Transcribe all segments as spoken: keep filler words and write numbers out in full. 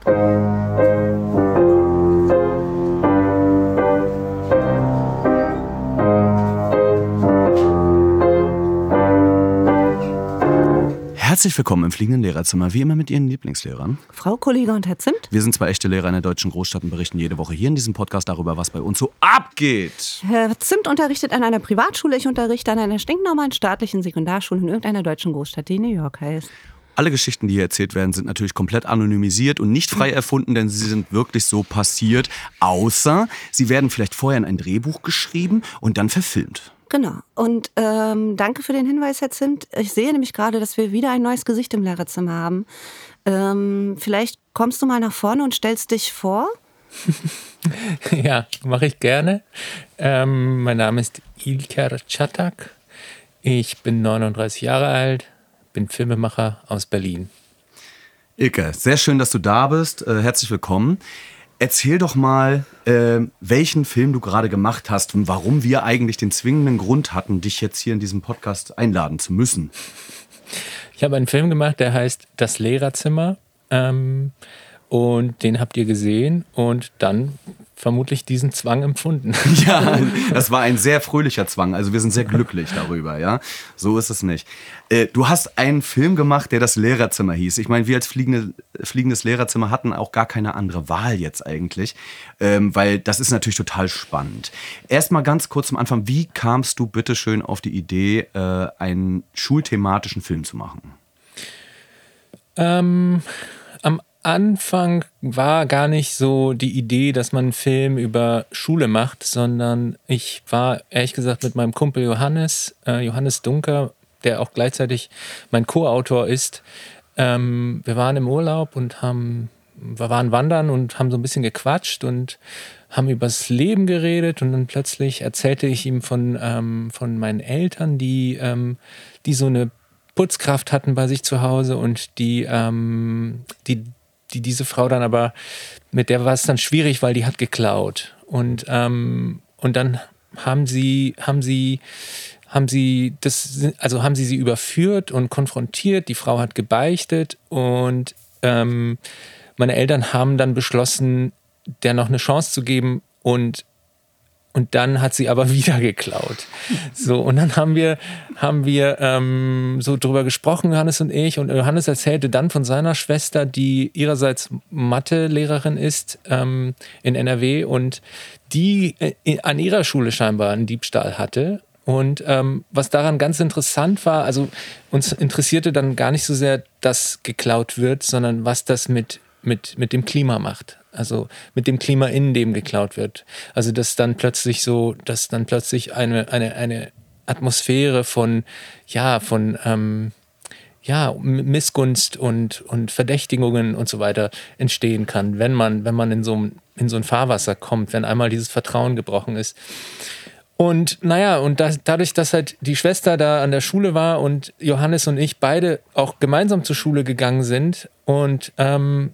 Herzlich willkommen im Fliegenden Lehrerzimmer, wie immer mit Ihren Lieblingslehrern. Frau Kollegin und Herr Zimt. Wir sind zwei echte Lehrer in der deutschen Großstadt und berichten jede Woche hier in diesem Podcast darüber, was bei uns so abgeht. Herr Zimt unterrichtet an einer Privatschule, ich unterrichte an einer stinknormalen staatlichen Sekundarschule in irgendeiner deutschen Großstadt, die New York heißt. Alle Geschichten, die hier erzählt werden, sind natürlich komplett anonymisiert und nicht frei erfunden, denn sie sind wirklich so passiert, außer sie werden vielleicht vorher in ein Drehbuch geschrieben und dann verfilmt. Genau. Und ähm, danke für den Hinweis, Herr Zimt. Ich sehe nämlich gerade, dass wir wieder ein neues Gesicht im Lehrerzimmer haben. Ähm, vielleicht kommst du mal nach vorne und stellst dich vor? Ja, mache ich gerne. Ähm, mein Name ist İlker Çatak. Ich bin neununddreißig Jahre alt, bin Filmemacher aus Berlin. Ilke, sehr schön, dass du da bist. Äh, herzlich willkommen. Erzähl doch mal, äh, welchen Film du gerade gemacht hast und warum wir eigentlich den zwingenden Grund hatten, dich jetzt hier in diesem Podcast einladen zu müssen. Ich habe einen Film gemacht, der heißt Das Lehrerzimmer. Ähm, und den habt ihr gesehen und dann vermutlich diesen Zwang empfunden. Ja, das war ein sehr fröhlicher Zwang. Also wir sind sehr glücklich darüber, ja. So ist es nicht. Äh, du hast einen Film gemacht, der Das Lehrerzimmer hieß. Ich meine, wir als fliegende, fliegendes Lehrerzimmer hatten auch gar keine andere Wahl jetzt eigentlich, ähm, weil das ist natürlich total spannend. Erstmal ganz kurz zum Anfang, wie kamst du bitteschön auf die Idee, äh, einen schulthematischen Film zu machen? Ähm, am Anfang war gar nicht so die Idee, dass man einen Film über Schule macht, sondern ich war ehrlich gesagt mit meinem Kumpel Johannes, äh, Johannes Dunker, der auch gleichzeitig mein Co-Autor ist. Ähm, wir waren im Urlaub und haben, wir waren wandern und haben so ein bisschen gequatscht und haben über das Leben geredet und dann plötzlich erzählte ich ihm von, ähm, von meinen Eltern, die, ähm, die so eine Putzkraft hatten bei sich zu Hause und die, ähm, die die diese Frau dann aber, mit der war es dann schwierig, weil die hat geklaut. Und, ähm, und dann haben sie, haben sie, haben sie das, also haben sie sie überführt und konfrontiert. Die Frau hat gebeichtet und ähm, meine Eltern haben dann beschlossen, der noch eine Chance zu geben und Und dann hat sie aber wieder geklaut. So, und dann haben wir, haben wir ähm, so drüber gesprochen, Johannes und ich. Und Johannes erzählte dann von seiner Schwester, die ihrerseits Mathe-Lehrerin ist ähm, in N R W und die äh, an ihrer Schule scheinbar einen Diebstahl hatte. Und ähm, was daran ganz interessant war, also uns interessierte dann gar nicht so sehr, dass geklaut wird, sondern was das mit, mit, mit dem Klima macht. Also mit dem Klima, in dem geklaut wird. Also dass dann plötzlich so, dass dann plötzlich eine, eine, eine Atmosphäre von, ja, von ähm, ja, Missgunst und, und Verdächtigungen und so weiter entstehen kann, wenn man, wenn man in so, ein, in so ein Fahrwasser kommt, wenn einmal dieses Vertrauen gebrochen ist. Und naja, und das, dadurch, dass halt die Schwester da an der Schule war und Johannes und ich beide auch gemeinsam zur Schule gegangen sind und ähm,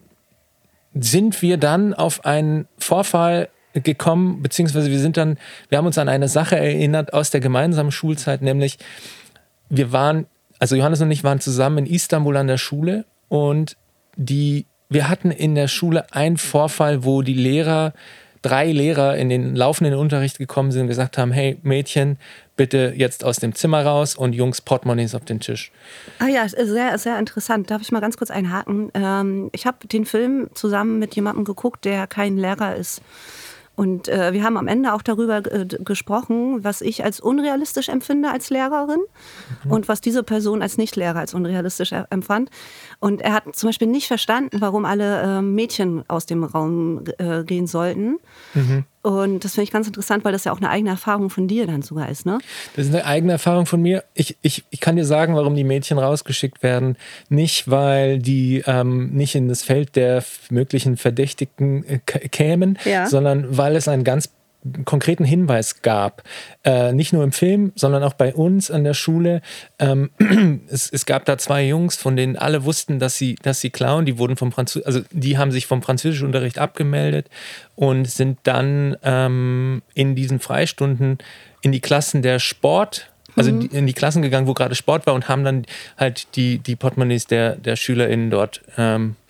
sind wir dann auf einen Vorfall gekommen, beziehungsweise wir sind dann, wir haben uns an eine Sache erinnert aus der gemeinsamen Schulzeit, nämlich wir waren, also Johannes und ich waren zusammen in Istanbul an der Schule und die, wir hatten in der Schule einen Vorfall, wo die Lehrer, drei Lehrer in den laufenden Unterricht gekommen sind und gesagt haben, hey Mädchen, bitte jetzt aus dem Zimmer raus und Jungs, Portemonnaies auf den Tisch. Ah ja, sehr, sehr interessant. Darf ich mal ganz kurz einhaken? Ähm, ich habe den Film zusammen mit jemandem geguckt, der kein Lehrer ist. Und äh, wir haben am Ende auch darüber äh, gesprochen, was ich als unrealistisch empfinde als Lehrerin mhm. und was diese Person als Nichtlehrer als unrealistisch empfand. Und er hat zum Beispiel nicht verstanden, warum alle äh, Mädchen aus dem Raum äh, gehen sollten. Mhm. Und das finde ich ganz interessant, weil das ja auch eine eigene Erfahrung von dir dann sogar ist, ne? Das ist eine eigene Erfahrung von mir. Ich, ich, ich kann dir sagen, warum die Mädchen rausgeschickt werden. Nicht, weil die ähm, nicht in das Feld der möglichen Verdächtigen äh, kämen, ja. sondern weil es einen ganz konkreten Hinweis gab. Äh, nicht nur im Film, sondern auch bei uns an der Schule. Ähm, es, es gab da zwei Jungs, von denen alle wussten, dass sie, dass sie klauen. Die wurden vom Französ- also die haben sich vom Französischunterricht abgemeldet und sind dann ähm, in diesen Freistunden in die Klassen der Sport, also mhm. in die Klassen gegangen, wo gerade Sport war und haben dann halt die, die Portemonnaies der, der SchülerInnen dort ähm,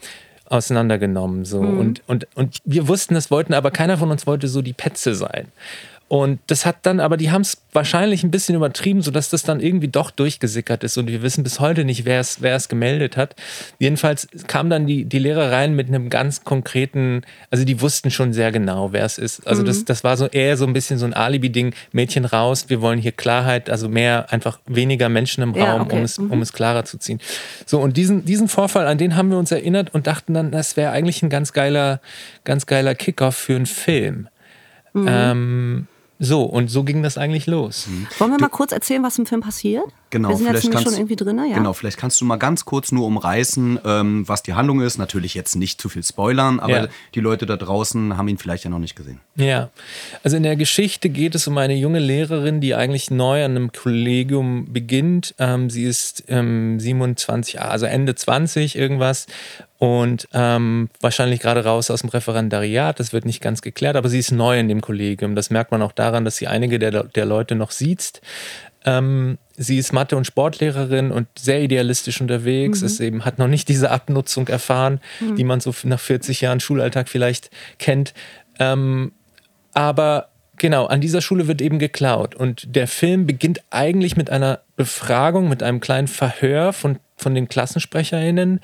auseinandergenommen. So. Mhm. Und, und, und wir wussten es, wollten, aber keiner von uns wollte so die Petze sein. Und das hat dann, aber die haben es wahrscheinlich ein bisschen übertrieben, sodass das dann irgendwie doch durchgesickert ist und wir wissen bis heute nicht, wer es, wer es gemeldet hat. Jedenfalls kam dann die, die Lehrer rein mit einem ganz konkreten, also die wussten schon sehr genau, wer es ist. Also mhm. das, das war so eher so ein bisschen so ein Alibi-Ding, Mädchen raus, wir wollen hier Klarheit, also mehr, einfach weniger Menschen im ja, Raum, okay. um, es, mhm. um es klarer zu ziehen. So, und diesen, diesen Vorfall, an den haben wir uns erinnert und dachten dann, das wäre eigentlich ein ganz geiler, ganz geiler Kickoff für einen Film. Mhm. Ähm, So, und so ging das eigentlich los. Mhm. Wollen wir du, mal kurz erzählen, was im Film passiert? Genau, wir sind vielleicht jetzt kannst, schon irgendwie drin, ja? Genau, vielleicht kannst du mal ganz kurz nur umreißen, ähm, was die Handlung ist. Natürlich jetzt nicht zu viel spoilern, aber ja. die Leute da draußen haben ihn vielleicht ja noch nicht gesehen. Ja, also in der Geschichte geht es um eine junge Lehrerin, die eigentlich neu an einem Kollegium beginnt. Ähm, sie ist ähm, siebenundzwanzig, also Ende zwanzig irgendwas. Und ähm, wahrscheinlich gerade raus aus dem Referendariat, das wird nicht ganz geklärt, aber sie ist neu in dem Kollegium. Das merkt man auch daran, dass sie einige der, der Leute noch sieht. Ähm, sie ist Mathe- und Sportlehrerin und sehr idealistisch unterwegs. Mhm. Es eben hat noch nicht diese Abnutzung erfahren, mhm. die man so nach vierzig Jahren Schulalltag vielleicht kennt. Ähm, aber genau, an dieser Schule wird eben geklaut. Und der Film beginnt eigentlich mit einer Befragung, mit einem kleinen Verhör von, von den KlassensprecherInnen,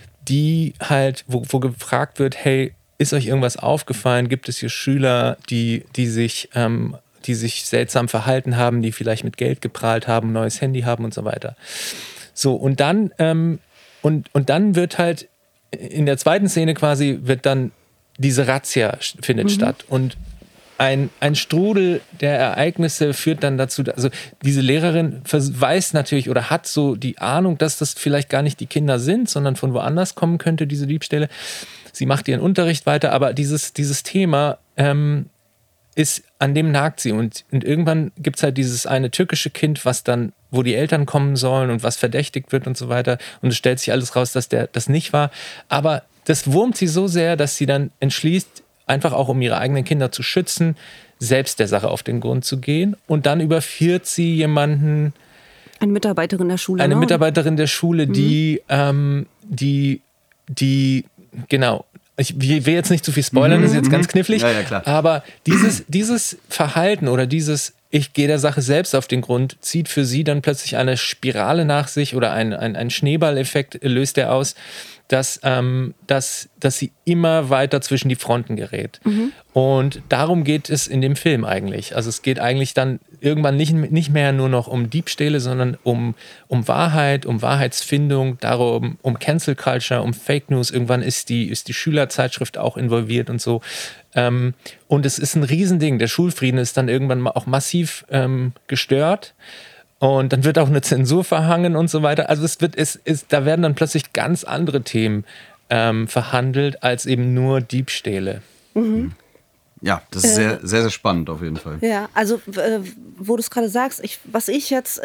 die halt, wo, wo gefragt wird, hey, ist euch irgendwas aufgefallen? Gibt es hier Schüler, die, die sich, ähm, die sich seltsam verhalten haben, die vielleicht mit Geld geprahlt haben, ein neues Handy haben und so weiter. So, und dann, ähm, und, und dann wird halt in der zweiten Szene quasi, wird dann diese Razzia findet mhm. statt. Und Ein, ein Strudel der Ereignisse führt dann dazu, also diese Lehrerin weiß natürlich oder hat so die Ahnung, dass das vielleicht gar nicht die Kinder sind, sondern von woanders kommen könnte, diese Diebstähle. Sie macht ihren Unterricht weiter, aber dieses, dieses Thema ähm, ist, an dem nagt sie. Und, und irgendwann gibt es halt dieses eine türkische Kind, was dann, wo die Eltern kommen sollen und was verdächtigt wird und so weiter. Und es stellt sich alles raus, dass der das nicht war. Aber das wurmt sie so sehr, dass sie dann entschließt, einfach auch um ihre eigenen Kinder zu schützen, selbst der Sache auf den Grund zu gehen. Und dann überführt sie jemanden. Eine Mitarbeiterin der Schule. Eine ne? Mitarbeiterin der Schule, die, mhm. ähm, die, die, genau. Ich will jetzt nicht zu viel spoilern, mhm. das ist jetzt ganz knifflig. Ja, ja, klar. Aber dieses, dieses Verhalten oder dieses, ich gehe der Sache selbst auf den Grund, zieht für sie dann plötzlich eine Spirale nach sich oder ein, ein, ein Schneeballeffekt löst er aus, dass, ähm, dass, dass sie immer weiter zwischen die Fronten gerät. Mhm. Und darum geht es in dem Film eigentlich. Also es geht eigentlich dann irgendwann nicht, nicht mehr nur noch um Diebstähle, sondern um, um Wahrheit, um Wahrheitsfindung, darum, um Cancel Culture, um Fake News. Irgendwann ist die, ist die Schülerzeitschrift auch involviert und so. Ähm, und es ist ein Riesending. Der Schulfrieden ist dann irgendwann auch massiv ähm, gestört. Und dann wird auch eine Zensur verhangen und so weiter. Also es wird, es ist, da werden dann plötzlich ganz andere Themen ähm, verhandelt als eben nur Diebstähle. Mhm. Ja, das ist äh, sehr, sehr, sehr spannend auf jeden Fall. Ja, also äh, wo du es gerade sagst, ich, was ich jetzt,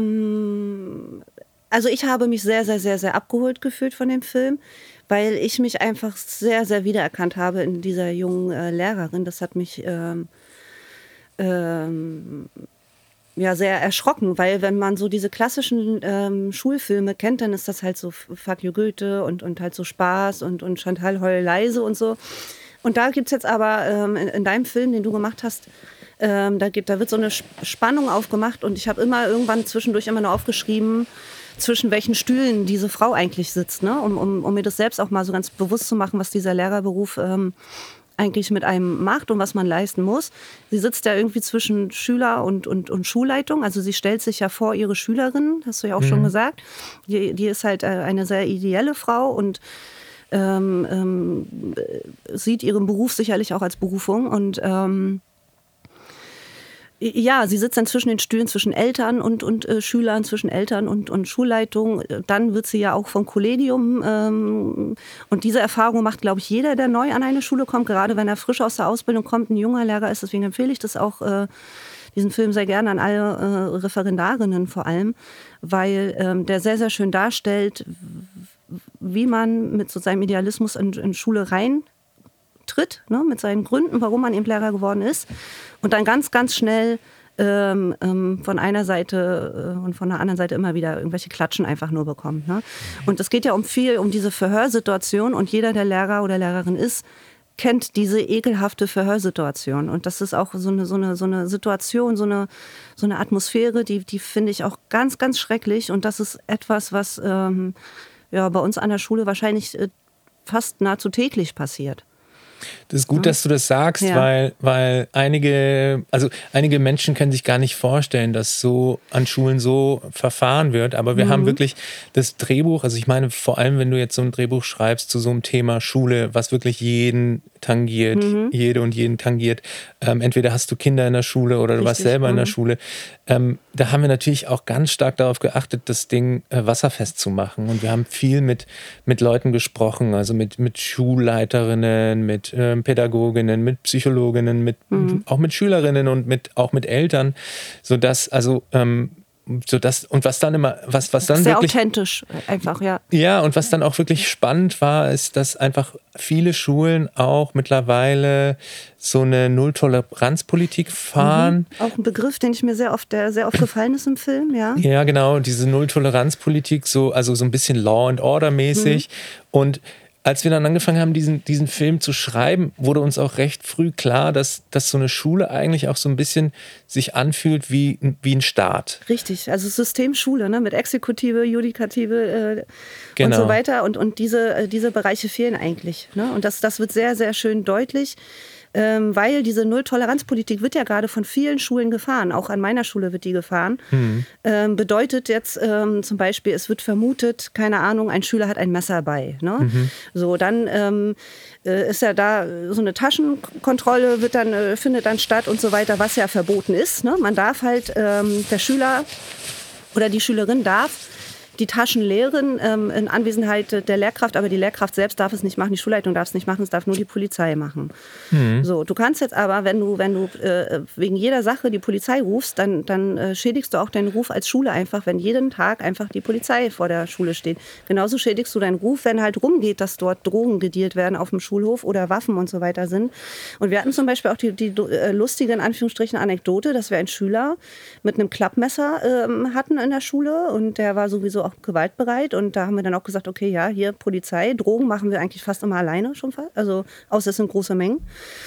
ähm, also ich habe mich sehr, sehr, sehr, sehr abgeholt gefühlt von dem Film, weil ich mich einfach sehr, sehr wiedererkannt habe in dieser jungen äh, Lehrerin. Das hat mich ähm, ähm, ja sehr erschrocken, weil wenn man so diese klassischen ähm, Schulfilme kennt, dann ist das halt so Fuck you Goethe und, und halt so Spaß und, und Chantal heul leise und so. Und da gibt es jetzt aber ähm, in, in deinem Film, den du gemacht hast, ähm, da, gibt, da wird so eine Spannung aufgemacht und ich habe immer irgendwann zwischendurch immer nur aufgeschrieben, zwischen welchen Stühlen diese Frau eigentlich sitzt, ne? um, um, um mir das selbst auch mal so ganz bewusst zu machen, was dieser Lehrerberuf ähm, eigentlich mit einem macht und was man leisten muss. Sie sitzt ja irgendwie zwischen Schüler und, und, und Schulleitung. Also sie stellt sich ja vor ihre Schülerin, hast du ja auch mhm. schon gesagt. Die, die ist halt eine sehr ideelle Frau und ähm, ähm, sieht ihren Beruf sicherlich auch als Berufung. Und ähm, ja, sie sitzt dann zwischen den Stühlen, zwischen Eltern und, und äh, Schülern, zwischen Eltern und, und Schulleitung. Dann wird sie ja auch vom Kollegium. Ähm, und diese Erfahrung macht, glaube ich, jeder, der neu an eine Schule kommt, gerade wenn er frisch aus der Ausbildung kommt, ein junger Lehrer ist. Deswegen empfehle ich das auch, äh, diesen Film sehr gerne an alle äh, Referendarinnen vor allem, weil ähm, der sehr, sehr schön darstellt, wie man mit so seinem Idealismus in, in Schule rein tritt, ne, mit seinen Gründen, warum man eben Lehrer geworden ist und dann ganz, ganz schnell ähm, ähm, von einer Seite äh, und von der anderen Seite immer wieder irgendwelche Klatschen einfach nur bekommt. Ne? Und es geht ja um viel, um diese Verhörsituation und jeder, der Lehrer oder Lehrerin ist, kennt diese ekelhafte Verhörsituation. Und das ist auch so eine, so eine, so eine Situation, so eine, so eine Atmosphäre, die, die finde ich auch ganz, ganz schrecklich. Und das ist etwas, was ähm, ja, bei uns an der Schule wahrscheinlich äh, fast nahezu täglich passiert. Das ist gut, dass du das sagst, Ja. weil, weil einige, also einige Menschen können sich gar nicht vorstellen, dass so an Schulen so verfahren wird. Aber wir Mhm. haben wirklich das Drehbuch, also ich meine, vor allem, wenn du jetzt so ein Drehbuch schreibst zu so einem Thema Schule, was wirklich jeden tangiert, Mhm. jede und jeden tangiert. Ähm, entweder hast du Kinder in der Schule oder du warst Richtig, selber in der mhm. Schule. Ähm, da haben wir natürlich auch ganz stark darauf geachtet, das Ding äh, wasserfest zu machen. Und wir haben viel mit, mit Leuten gesprochen, also mit, mit Schulleiterinnen, mit ähm, Pädagoginnen, mit Psychologinnen, mit, Mhm. auch mit Schülerinnen und mit, auch mit Eltern, sodass, also, ähm, sodass, und was dann immer, was, was dann Sehr wirklich. authentisch einfach, ja. Ja, und was dann auch wirklich spannend war, ist, dass einfach viele Schulen auch mittlerweile so eine Null-Toleranz-Politik fahren. Auch ein Begriff, den ich mir sehr oft, der sehr oft gefallen ist im Film, ja. Ja, genau, diese Null-Toleranz-Politik, so, also so ein bisschen Law and Order mäßig. Und als wir dann angefangen haben, diesen, diesen Film zu schreiben, wurde uns auch recht früh klar, dass, dass so eine Schule eigentlich auch so ein bisschen sich anfühlt wie, wie ein Staat. Richtig, also Systemschule, ne, mit Exekutive, Judikative äh, Genau. und so weiter. Und, und diese, äh, diese Bereiche fehlen eigentlich. Ne? Und das, das wird sehr, sehr schön deutlich. Ähm, weil diese Null-Toleranz-Politik wird ja gerade von vielen Schulen gefahren. Auch an meiner Schule wird die gefahren. Mhm. Ähm, bedeutet jetzt ähm, zum Beispiel, es wird vermutet, keine Ahnung, ein Schüler hat ein Messer bei. Ne? Mhm. So, dann ähm, äh, ist ja da so eine Taschenkontrolle, wird dann, äh, findet dann statt und so weiter, was ja verboten ist. Ne? Man darf halt, ähm, der Schüler oder die Schülerin darf die Taschen leeren ähm, in Anwesenheit der Lehrkraft, aber die Lehrkraft selbst darf es nicht machen, die Schulleitung darf es nicht machen, es darf nur die Polizei machen. Mhm. So, du kannst jetzt aber, wenn du, wenn du äh, wegen jeder Sache die Polizei rufst, dann, dann äh, schädigst du auch deinen Ruf als Schule einfach, wenn jeden Tag einfach die Polizei vor der Schule steht. Genauso schädigst du deinen Ruf, wenn halt rumgeht, dass dort Drogen gedealt werden auf dem Schulhof oder Waffen und so weiter sind. Und wir hatten zum Beispiel auch die, die äh, lustige, in Anführungsstrichen, Anekdote, dass wir einen Schüler mit einem Klappmesser ähm, hatten in der Schule und der war sowieso auch gewaltbereit und da haben wir dann auch gesagt, okay, ja, hier Polizei, Drogen machen wir eigentlich fast immer alleine schon fast, also außer es sind große Mengen.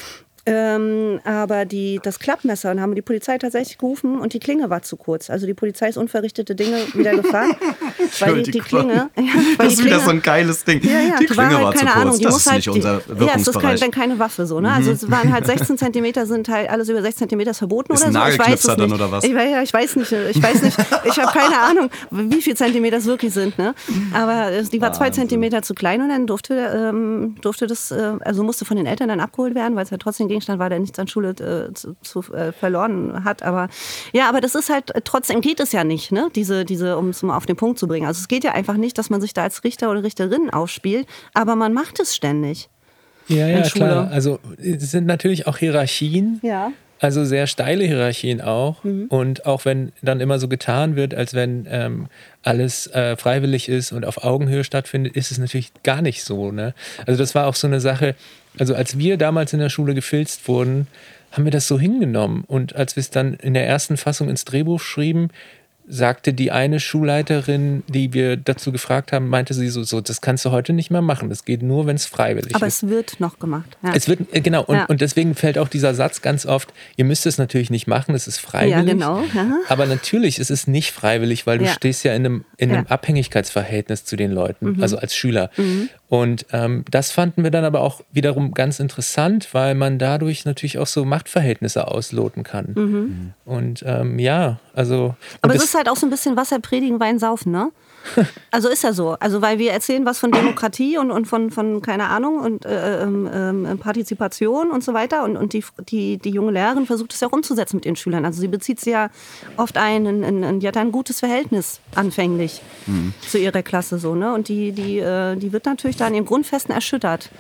Ähm, aber die, das Klappmesser, und haben die Polizei tatsächlich gerufen und die Klinge war zu kurz. Also die Polizei ist unverrichtete Dinge wieder gefahren. weil die, die Klinge, ja, weil Das ist die wieder Klinge, so ein geiles Ding. ja, ja, die die Klinge war, war, halt, zu keine kurz. Ahnung, die das muss ist halt, nicht unser ja, es ist Wirkungsbereich. kein, dann keine Waffe so, ne? Also es waren halt sechzehn Zentimeter sind halt alles über sechs Zentimeter verboten Ist oder ein so. Ich weiß Nagelknipser es dann nicht. oder was? Ich, weiß- ja, ich weiß nicht, ich weiß nicht, ich habe keine Ahnung, wie viel Zentimeter es wirklich sind, ne? Aber äh, die war zwei Wahnsinn. Zentimeter zu klein und dann durfte, ähm, durfte das, äh, also musste von den Eltern dann abgeholt werden, weil es ja trotzdem Gegenstand war, der nichts an Schule äh, zu, zu äh, verloren hat. Aber ja, aber das ist halt, äh, trotzdem geht es ja nicht, ne? Diese, diese, um es mal auf den Punkt zu bringen. Also es geht ja einfach nicht, dass man sich da als Richter oder Richterin aufspielt, aber man macht es ständig. Ja, in ja, Schule. klar. Also es sind natürlich auch Hierarchien. Ja. Also sehr steile Hierarchien auch. Mhm. Und auch wenn dann immer so getan wird, als wenn ähm, alles äh, freiwillig ist und auf Augenhöhe stattfindet, ist es natürlich gar nicht so. Ne? Also das war auch so eine Sache, also als wir damals in der Schule gefilzt wurden, haben wir das so hingenommen. Und als wir es dann in der ersten Fassung ins Drehbuch schrieben, sagte die eine Schulleiterin, die wir dazu gefragt haben, meinte sie so, so das kannst du heute nicht mehr machen. Das geht nur, wenn es freiwillig Aber ist. es wird noch gemacht. Ja. Es wird, äh, genau, und, Ja. und deswegen fällt auch dieser Satz ganz oft, ihr müsst es natürlich nicht machen, es ist freiwillig. Ja, genau. Ja. Aber natürlich ist es nicht freiwillig, weil du Ja. stehst ja in einem, in einem Ja. Abhängigkeitsverhältnis zu den Leuten, Mhm. also als Schüler. Mhm. Und ähm, das fanden wir dann aber auch wiederum ganz interessant, weil man dadurch natürlich auch so Machtverhältnisse ausloten kann. Mhm. Und ähm, ja, also... Aber und es das- ist halt auch so ein bisschen Wasser predigen, Wein saufen, ne? Also ist ja so. Also weil wir erzählen was von Demokratie und, und von, von, keine Ahnung, und äh, ähm, ähm, Partizipation und so weiter. Und, und die, die, die junge Lehrerin versucht es ja auch umzusetzen mit ihren Schülern. Also sie bezieht sie ja oft ein, in, in, in, die hat ein gutes Verhältnis anfänglich Mhm. zu ihrer Klasse. So, ne? Und die, die, äh, die wird natürlich da an ihren Grundfesten erschüttert.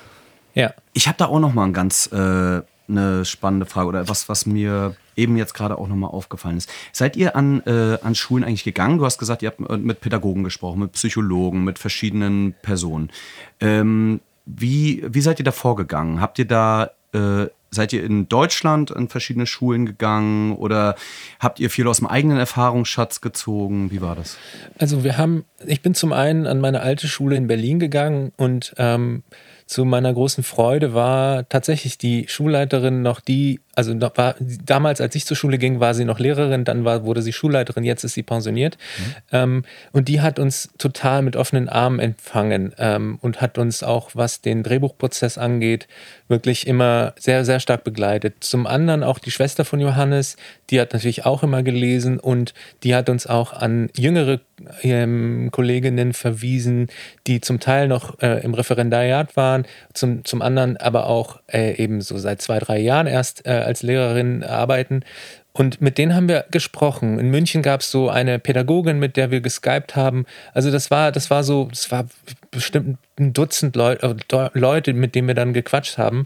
ja. Ich habe da auch noch mal ein ganz äh, eine spannende Frage oder was, was mir eben jetzt gerade auch noch mal aufgefallen ist. Seid ihr an, äh, an Schulen eigentlich gegangen? Du hast gesagt, ihr habt mit Pädagogen gesprochen, mit Psychologen, mit verschiedenen Personen. Ähm, wie, wie seid ihr da vorgegangen? Habt ihr da äh, seid ihr in Deutschland an verschiedene Schulen gegangen oder habt ihr viel aus dem eigenen Erfahrungsschatz gezogen? Wie war das? Also wir haben, ich bin zum einen an meine alte Schule in Berlin gegangen und ähm, zu meiner großen Freude war tatsächlich die Schulleiterin noch die, also noch war, damals, als ich zur Schule ging, war sie noch Lehrerin, dann war, wurde sie Schulleiterin, jetzt ist sie pensioniert. Mhm. Ähm, und die hat uns total mit offenen Armen empfangen ähm, und hat uns auch, was den Drehbuchprozess angeht, wirklich immer sehr, sehr stark begleitet. Zum anderen auch die Schwester von Johannes, die hat natürlich auch immer gelesen und die hat uns auch an jüngere ähm, Kolleginnen verwiesen, die zum Teil noch äh, im Referendariat waren, zum, zum anderen aber auch äh, eben so seit zwei, drei Jahren erst äh, als Lehrerin arbeiten. Und mit denen haben wir gesprochen. In München gab es so eine Pädagogin, mit der wir geskypt haben. Also das war, das war so, das war bestimmt ein Dutzend Leut, äh, Leute, mit denen wir dann gequatscht haben.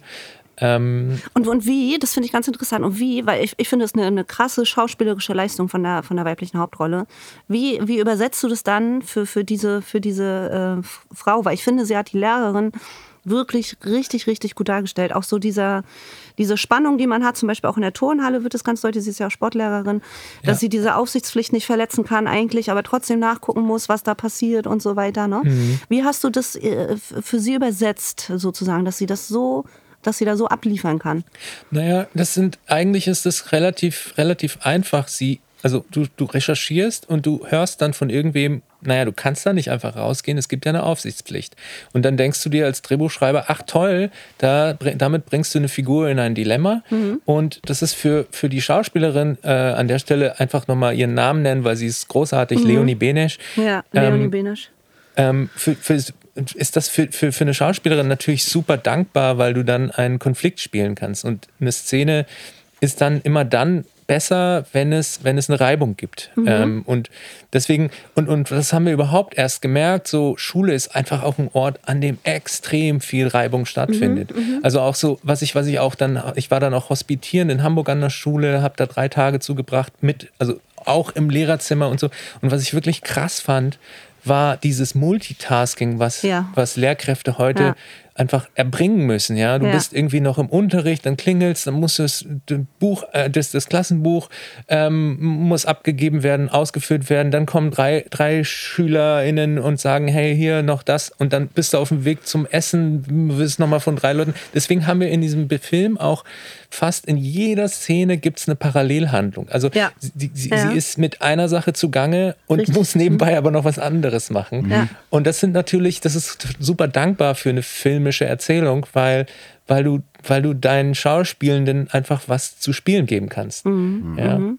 Ähm und, und wie, das finde ich ganz interessant, und wie, weil ich, ich finde es eine, eine krasse schauspielerische Leistung von der, von der weiblichen Hauptrolle. Wie, wie übersetzt du das dann für, für diese, für diese äh, Frau? Weil ich finde, sie hat die Lehrerin wirklich richtig, richtig gut dargestellt. Auch so dieser, diese Spannung, die man hat, zum Beispiel auch in der Turnhalle wird es ganz deutlich, sie ist ja auch Sportlehrerin, dass ja. sie diese Aufsichtspflicht nicht verletzen kann eigentlich, aber trotzdem nachgucken muss, was da passiert und so weiter. Ne? Mhm. Wie hast du das äh, für sie übersetzt, sozusagen, dass sie das so dass sie da so abliefern kann? Naja, das sind, eigentlich ist das relativ, relativ einfach. Sie, also du, du recherchierst und du hörst dann von irgendwem, naja, du kannst da nicht einfach rausgehen, es gibt ja eine Aufsichtspflicht. Und dann denkst du dir als Drehbuchschreiber, ach toll, da, damit bringst du eine Figur in ein Dilemma. Mhm. Und das ist für, für die Schauspielerin äh, an der Stelle einfach nochmal ihren Namen nennen, weil sie ist großartig, mhm. Leonie Benesch. Ja, Leonie ähm, Benesch. Ähm, für, für, ist das für, für, für eine Schauspielerin natürlich super dankbar, weil du dann einen Konflikt spielen kannst. Und eine Szene ist dann immer dann besser, wenn es, wenn es eine Reibung gibt. Mhm. Ähm, und deswegen, und, und das haben wir überhaupt erst gemerkt, so Schule ist einfach auch ein Ort, an dem extrem viel Reibung stattfindet. Mhm, also auch so, was ich, was ich auch dann, ich war dann auch hospitieren in Hamburg an der Schule, habe da drei Tage zugebracht mit, also auch im Lehrerzimmer und so. Und was ich wirklich krass fand, war dieses Multitasking, was, ja. was Lehrkräfte heute ja. einfach erbringen müssen. Ja? Du ja. bist irgendwie noch im Unterricht, dann klingelst, dann muss das Buch, äh, das, das Klassenbuch ähm, muss abgegeben werden, ausgeführt werden, dann kommen drei, drei SchülerInnen und sagen, hey, hier noch das, und dann bist du auf dem Weg zum Essen, wirst nochmal von drei Leuten. Deswegen haben wir in diesem Film auch fast in jeder Szene gibt es eine Parallelhandlung. Also ja. sie, sie, ja. sie ist mit einer Sache zugange und Richtig. muss nebenbei aber noch was anderes machen. Ja. Und das sind natürlich, das ist super dankbar für eine filmische Erzählung, weil, weil, du, weil du deinen Schauspielenden einfach was zu spielen geben kannst. Mhm. Ja. Mhm.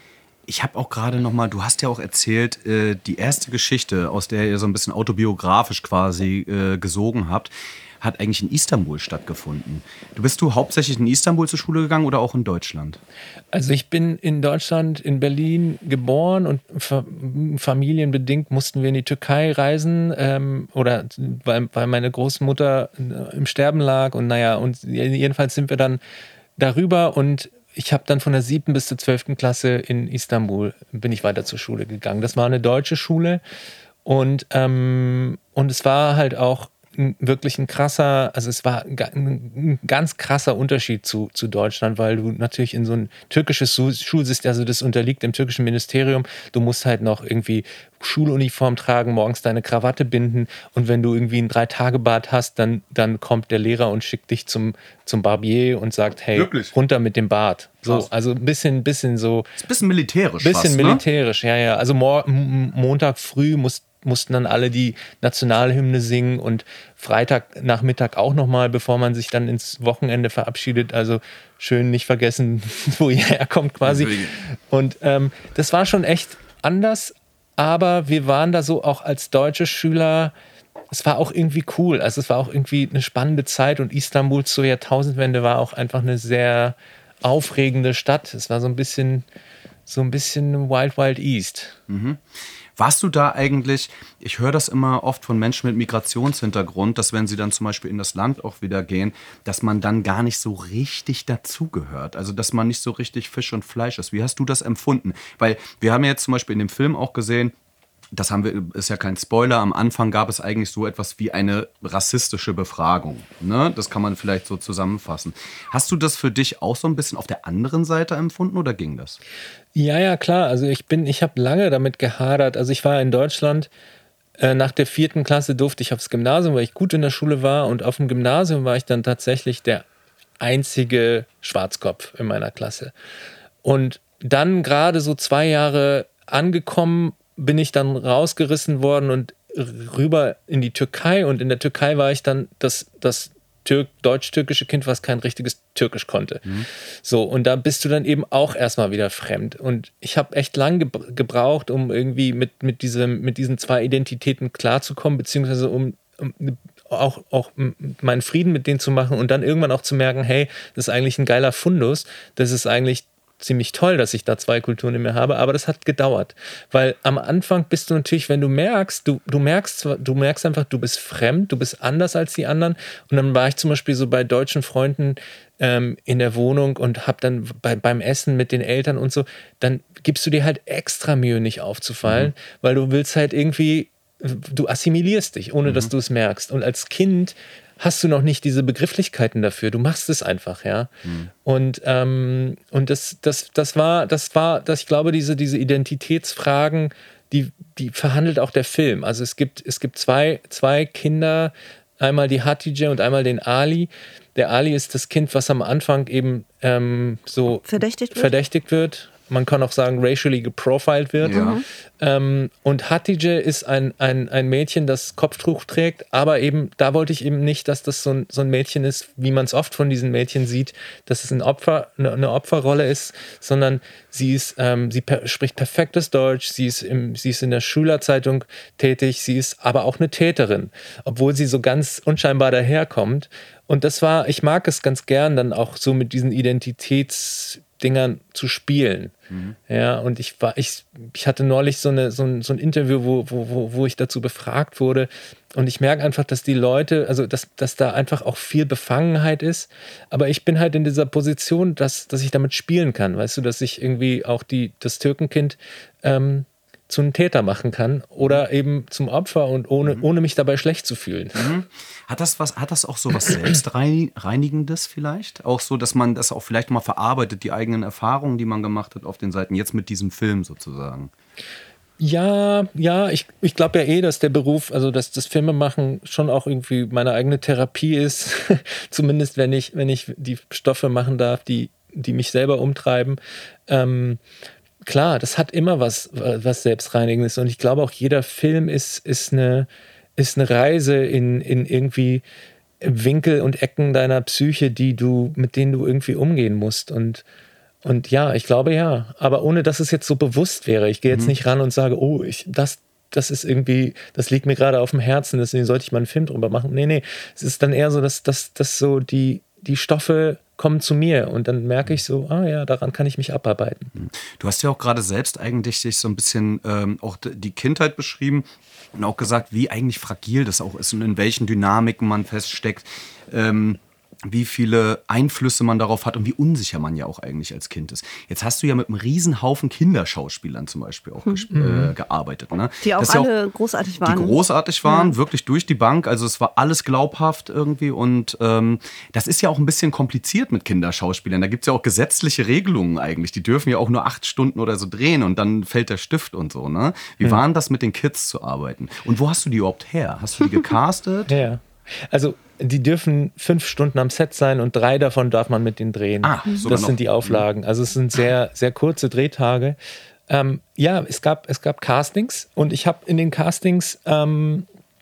Ich habe auch gerade noch mal, du hast ja auch erzählt, äh, die erste Geschichte, aus der ihr so ein bisschen autobiografisch quasi äh, gesogen habt, hat eigentlich in Istanbul stattgefunden. Du bist du hauptsächlich in Istanbul zur Schule gegangen oder auch in Deutschland? Also ich bin in Deutschland, in Berlin geboren und familienbedingt mussten wir in die Türkei reisen ähm, oder weil, weil meine Großmutter im Sterben lag und naja, und jedenfalls sind wir dann darüber und ich habe dann von der siebten bis zur zwölften Klasse in Istanbul bin ich weiter zur Schule gegangen. Das war eine deutsche Schule und, ähm, und es war halt auch wirklich ein krasser, also es war ein ganz krasser Unterschied zu, zu Deutschland, weil du natürlich in so ein türkisches Schulsystem, also das unterliegt dem türkischen Ministerium, du musst halt noch irgendwie Schuluniform tragen, morgens deine Krawatte binden und wenn du irgendwie ein Drei-Tage-Bad hast, dann, dann kommt der Lehrer und schickt dich zum, zum Barbier und sagt, hey, Wirklich? runter mit dem Bart. So, also ein bisschen, bisschen so. Ist ein bisschen militärisch Bisschen fast, militärisch, ne? ja, ja. Also Mo- Montag früh musst mussten dann alle die Nationalhymne singen und Freitagnachmittag auch nochmal, bevor man sich dann ins Wochenende verabschiedet. Also schön nicht vergessen, wo ihr herkommt quasi. Und ähm, das war schon echt anders, aber wir waren da so auch als deutsche Schüler, es war auch irgendwie cool. Also es war auch irgendwie eine spannende Zeit und Istanbul zur Jahrtausendwende war auch einfach eine sehr aufregende Stadt. Es war so ein bisschen, so ein bisschen Wild Wild East. Mhm. Warst du da eigentlich, ich höre das immer oft von Menschen mit Migrationshintergrund, dass wenn sie dann zum Beispiel in das Land auch wieder gehen, dass man dann gar nicht so richtig dazugehört. Also dass man nicht so richtig Fisch und Fleisch ist. Wie hast du das empfunden? Weil wir haben ja jetzt zum Beispiel in dem Film auch gesehen, das haben wir, ist ja kein Spoiler, am Anfang gab es eigentlich so etwas wie eine rassistische Befragung. Ne? Das kann man vielleicht so zusammenfassen. Hast du das für dich auch so ein bisschen auf der anderen Seite empfunden oder ging das? Ja, ja, klar. Also ich bin, ich habe lange damit gehadert. Also ich war in Deutschland, äh, nach der vierten Klasse durfte ich aufs Gymnasium, weil ich gut in der Schule war. Und auf dem Gymnasium war ich dann tatsächlich der einzige Schwarzkopf in meiner Klasse. Und dann gerade so zwei Jahre angekommen, bin ich dann rausgerissen worden und rüber in die Türkei. Und in der Türkei war ich dann das, das Tür- deutsch-türkische Kind, was kein richtiges Türkisch konnte. Mhm. So, und da bist du dann eben auch erstmal wieder fremd. Und ich habe echt lang ge- gebraucht, um irgendwie mit, mit, diesem, mit diesen zwei Identitäten klarzukommen, beziehungsweise um, um auch, auch meinen Frieden mit denen zu machen und dann irgendwann auch zu merken, hey, das ist eigentlich ein geiler Fundus, das ist eigentlich ziemlich toll, dass ich da zwei Kulturen in mir habe, aber das hat gedauert, weil am Anfang bist du natürlich, wenn du merkst, du, du merkst du merkst einfach, du bist fremd, du bist anders als die anderen und dann war ich zum Beispiel so bei deutschen Freunden ähm, in der Wohnung und hab dann bei, beim Essen mit den Eltern und so, dann gibst du dir halt extra Mühe, nicht aufzufallen, mhm. weil du willst halt irgendwie, du assimilierst dich, ohne mhm. dass du es merkst und als Kind hast du noch nicht diese Begrifflichkeiten dafür. Du machst es einfach, ja. Mhm. Und, ähm, und das, das, das war, das war, das, ich glaube, diese, diese Identitätsfragen, die, die verhandelt auch der Film. Also es gibt, es gibt zwei, zwei Kinder, einmal die Hatice und einmal den Ali. Der Ali ist das Kind, was am Anfang eben ähm, so verdächtigt wird. verdächtigt wird. Man kann auch sagen, racially geprofiled wird. Ja. Ähm, und Hatice ist ein, ein, ein Mädchen, das Kopftuch trägt, aber eben, da wollte ich eben nicht, dass das so ein, so ein Mädchen ist, wie man es oft von diesen Mädchen sieht, dass es ein Opfer, eine, eine Opferrolle ist, sondern sie ist, ähm, sie per, spricht perfektes Deutsch, sie ist, im, sie ist in der Schülerzeitung tätig, sie ist aber auch eine Täterin, obwohl sie so ganz unscheinbar daherkommt. Und das war, ich mag es ganz gern, dann auch so mit diesen Identitäts- Dingern zu spielen. Mhm. Ja, und ich war, ich, ich hatte neulich so, eine, so, ein, so ein Interview, wo, wo, wo ich dazu befragt wurde. Und ich merke einfach, dass die Leute, also dass, dass da einfach auch viel Befangenheit ist. Aber ich bin halt in dieser Position, dass, dass ich damit spielen kann. Weißt du, dass ich irgendwie auch die, das Türkenkind ähm, zu einem Täter machen kann oder eben zum Opfer und ohne, mhm. ohne mich dabei schlecht zu fühlen. Mhm. Hat das was, hat das auch so was Selbstreinigendes vielleicht? Auch so, dass man das auch vielleicht mal verarbeitet, die eigenen Erfahrungen, die man gemacht hat auf den Seiten, jetzt mit diesem Film sozusagen? Ja, ja, ich, ich glaube ja eh, dass der Beruf, also dass das Filmemachen schon auch irgendwie meine eigene Therapie ist. Zumindest wenn ich, wenn ich die Stoffe machen darf, die, die mich selber umtreiben. Ähm, Klar, das hat immer was, was Selbstreinigendes. Und ich glaube auch, jeder Film ist, ist, eine, ist eine Reise in, in irgendwie Winkel und Ecken deiner Psyche, die du, mit denen du irgendwie umgehen musst. Und, und ja, ich glaube ja. Aber ohne, dass es jetzt so bewusst wäre. Ich gehe jetzt mhm. nicht ran und sage, oh, ich, das, das ist irgendwie, das liegt mir gerade auf dem Herzen, deswegen sollte ich mal einen Film drüber machen. Nee, nee. Es ist dann eher so, dass, dass, dass so die, die Stoffe kommen zu mir und dann merke ich so, ah ja, daran kann ich mich abarbeiten. Du hast ja auch gerade selbst eigentlich dich so ein bisschen ähm, auch die Kindheit beschrieben und auch gesagt, wie eigentlich fragil das auch ist und in welchen Dynamiken man feststeckt, ähm, wie viele Einflüsse man darauf hat und wie unsicher man ja auch eigentlich als Kind ist. Jetzt hast du ja mit einem Riesenhaufen Kinderschauspielern zum Beispiel auch gesp- mhm. äh, gearbeitet. Ne? Die auch das alle ja auch, großartig waren. Die großartig waren, ja. wirklich durch die Bank. Also es war alles glaubhaft irgendwie und ähm, das ist ja auch ein bisschen kompliziert mit Kinderschauspielern. Da gibt es ja auch gesetzliche Regelungen eigentlich. Die dürfen ja auch nur acht Stunden oder so drehen und dann fällt der Stift und so. Ne? Wie mhm. war das mit den Kids zu arbeiten? Und wo hast du die überhaupt her? Hast du die gecastet? Ja, also die dürfen fünf Stunden am Set sein und drei davon darf man mit denen drehen. Ah, das sind die Auflagen. Also es sind sehr, sehr kurze Drehtage. Ähm, ja, es gab, es gab Castings und ich habe in den Castings, ähm,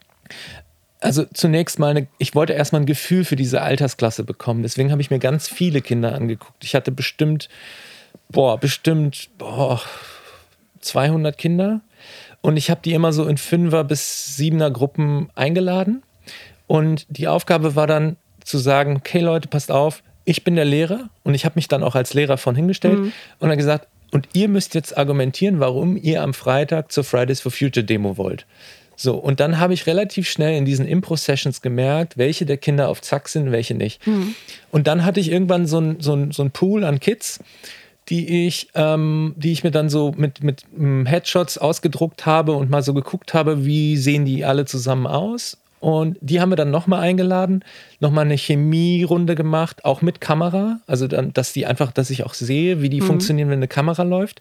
also zunächst mal, eine, ich wollte erstmal ein Gefühl für diese Altersklasse bekommen. Deswegen habe ich mir ganz viele Kinder angeguckt. Ich hatte bestimmt, boah, bestimmt, boah, zweihundert Kinder und ich habe die immer so in Fünfer- bis Siebener Gruppen eingeladen. Und die Aufgabe war dann zu sagen, okay Leute, passt auf, ich bin der Lehrer und ich habe mich dann auch als Lehrer von hingestellt mhm. und dann gesagt, und ihr müsst jetzt argumentieren, warum ihr am Freitag zur Fridays for Future Demo wollt. So, und dann habe ich relativ schnell in diesen Impro-Sessions gemerkt, welche der Kinder auf Zack sind, welche nicht. Mhm. Und dann hatte ich irgendwann so ein, so ein, so ein Pool an Kids, die ich, ähm, die ich mir dann so mit, mit ähm, Headshots ausgedruckt habe und mal so geguckt habe, wie sehen die alle zusammen aus. Und die haben wir dann nochmal eingeladen, nochmal eine Chemierunde gemacht, auch mit Kamera. Also dann, dass die einfach, dass ich auch sehe, wie die mhm. funktionieren, wenn eine Kamera läuft.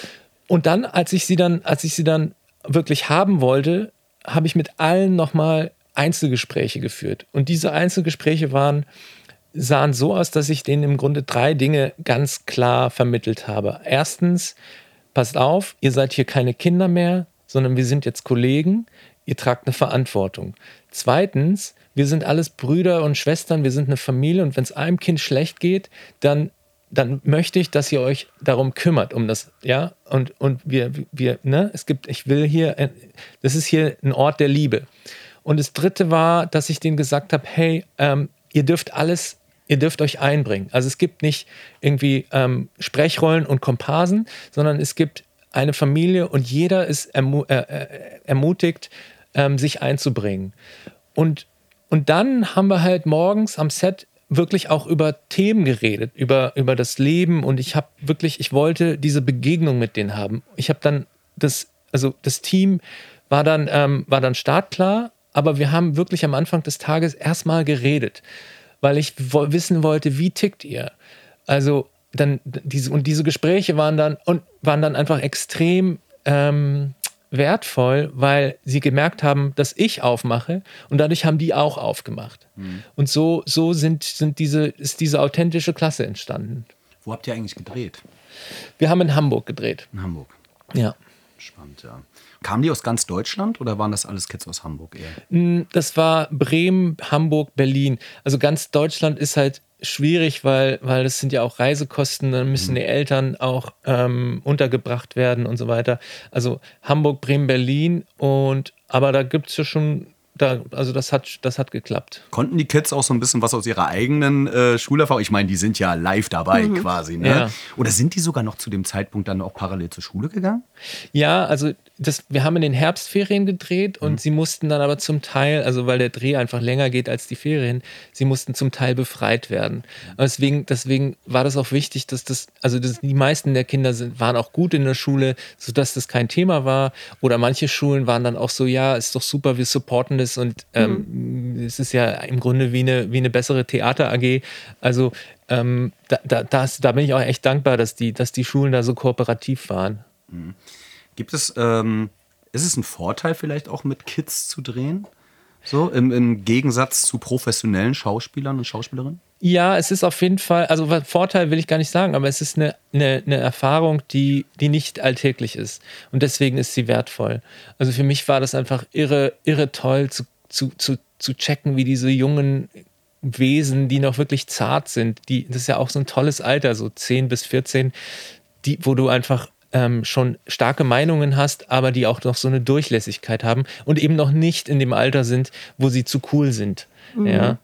Und dann, als ich sie dann, als ich sie dann wirklich haben wollte, habe ich mit allen nochmal Einzelgespräche geführt. Und diese Einzelgespräche waren sahen so aus, dass ich denen im Grunde drei Dinge ganz klar vermittelt habe. Erstens, passt auf, ihr seid hier keine Kinder mehr, sondern wir sind jetzt Kollegen, ihr tragt eine Verantwortung. Zweitens, wir sind alles Brüder und Schwestern, wir sind eine Familie und wenn es einem Kind schlecht geht, dann, dann möchte ich, dass ihr euch darum kümmert, um das, ja, und, und wir, wir, ne, es gibt, ich will hier, das ist hier ein Ort der Liebe. Und das Dritte war, dass ich denen gesagt habe, hey, ähm, ihr dürft alles Ihr dürft euch einbringen. Also es gibt nicht irgendwie ähm, Sprechrollen und Komparsen, sondern es gibt eine Familie und jeder ist ermu- äh, ermutigt, ähm, sich einzubringen. Und, und dann haben wir halt morgens am Set wirklich auch über Themen geredet, über, über das Leben und ich habe wirklich, ich wollte diese Begegnung mit denen haben. Ich habe dann das, also das Team war dann, ähm, war dann startklar, aber wir haben wirklich am Anfang des Tages erstmal geredet, weil ich wo- wissen wollte, wie tickt ihr? Also dann diese und diese Gespräche waren dann und waren dann einfach extrem ähm, wertvoll, weil sie gemerkt haben, dass ich aufmache und dadurch haben die auch aufgemacht. Mhm. Und so so sind sind diese ist diese authentische Klasse entstanden. Wo habt ihr eigentlich gedreht? Wir haben in Hamburg gedreht. In Hamburg. Ja. Spannend, ja. Kamen die aus ganz Deutschland oder waren das alles Kids aus Hamburg eher? Das war Bremen, Hamburg, Berlin. Also ganz Deutschland ist halt schwierig, weil, weil das sind ja auch Reisekosten, dann müssen mhm. die Eltern auch ähm, untergebracht werden und so weiter. Also Hamburg, Bremen, Berlin und aber da gibt es ja schon, da, also das hat, das hat geklappt. Konnten die Kids auch so ein bisschen was aus ihrer eigenen äh, Schulerfahrung? Ich meine, die sind ja live dabei mhm. quasi, ne? Ja. Oder sind die sogar noch zu dem Zeitpunkt dann auch parallel zur Schule gegangen? Ja, also das, wir haben in den Herbstferien gedreht und mhm. sie mussten dann aber zum Teil, also weil der Dreh einfach länger geht als die Ferien, sie mussten zum Teil befreit werden. Und deswegen, deswegen war das auch wichtig, dass das, also das, die meisten der Kinder sind, waren auch gut in der Schule, sodass das kein Thema war. Oder manche Schulen waren dann auch so, ja, ist doch super, wir supporten das und ähm, mhm. es ist ja im Grunde wie eine, wie eine bessere Theater-A G. Also ähm, da, da, das, da bin ich auch echt dankbar, dass die, dass die Schulen da so kooperativ waren. Mhm. Gibt es, ähm, ist es ein Vorteil vielleicht auch mit Kids zu drehen? So im, im Gegensatz zu professionellen Schauspielern und Schauspielerinnen? Ja, es ist auf jeden Fall, also Vorteil will ich gar nicht sagen, aber es ist eine, eine, eine Erfahrung, die, die nicht alltäglich ist. Und deswegen ist sie wertvoll. Also für mich war das einfach irre, irre toll zu, zu, zu, zu checken, wie diese jungen Wesen, die noch wirklich zart sind, die, das ist ja auch so ein tolles Alter, so zehn bis vierzehn, die, wo du einfach ähm, schon starke Meinungen hast, aber die auch noch so eine Durchlässigkeit haben und eben noch nicht in dem Alter sind, wo sie zu cool sind. Mhm. Ja.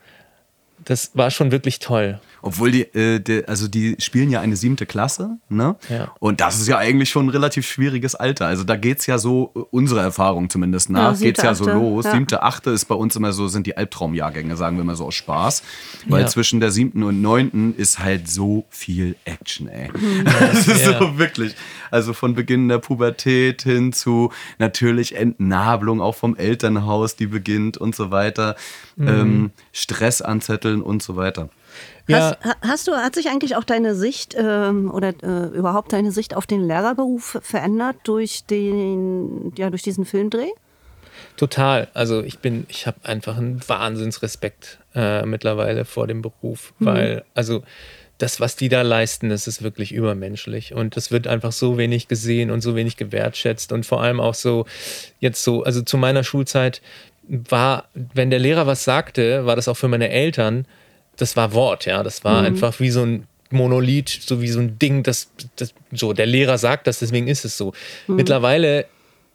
Das war schon wirklich toll. Obwohl die, äh, die, also die spielen ja eine siebte Klasse, ne? Ja. Und das ist ja eigentlich schon ein relativ schwieriges Alter. Also da geht's ja so, unserer Erfahrung zumindest nach, ja, geht's ja so los. Ja. Siebte, achte ist bei uns immer so, sind die Albtraumjahrgänge, sagen wir mal so aus Spaß. Weil ja. zwischen der siebten und neunten ist halt so viel Action, ey. Mhm. Das ist ja. so wirklich. Also von Beginn der Pubertät hin zu natürlich Entnabelung auch vom Elternhaus, die beginnt und so weiter. Mhm. Ähm, Stress anzetteln und so weiter. Ja. Hast, hast du, hat sich eigentlich auch deine Sicht ähm, oder äh, überhaupt deine Sicht auf den Lehrerberuf verändert durch den, ja, durch diesen Filmdreh? Total. Also ich bin, ich habe einfach einen Wahnsinnsrespekt äh, mittlerweile vor dem Beruf, mhm. weil also das, was die da leisten, das ist wirklich übermenschlich und das wird einfach so wenig gesehen und so wenig gewertschätzt und vor allem auch so jetzt so, also zu meiner Schulzeit war, wenn der Lehrer was sagte, war das auch für meine Eltern, das war Wort, ja, das war mhm. einfach wie so ein Monolith, so wie so ein Ding, das, das so, der Lehrer sagt das, deswegen ist es so. Mhm. Mittlerweile,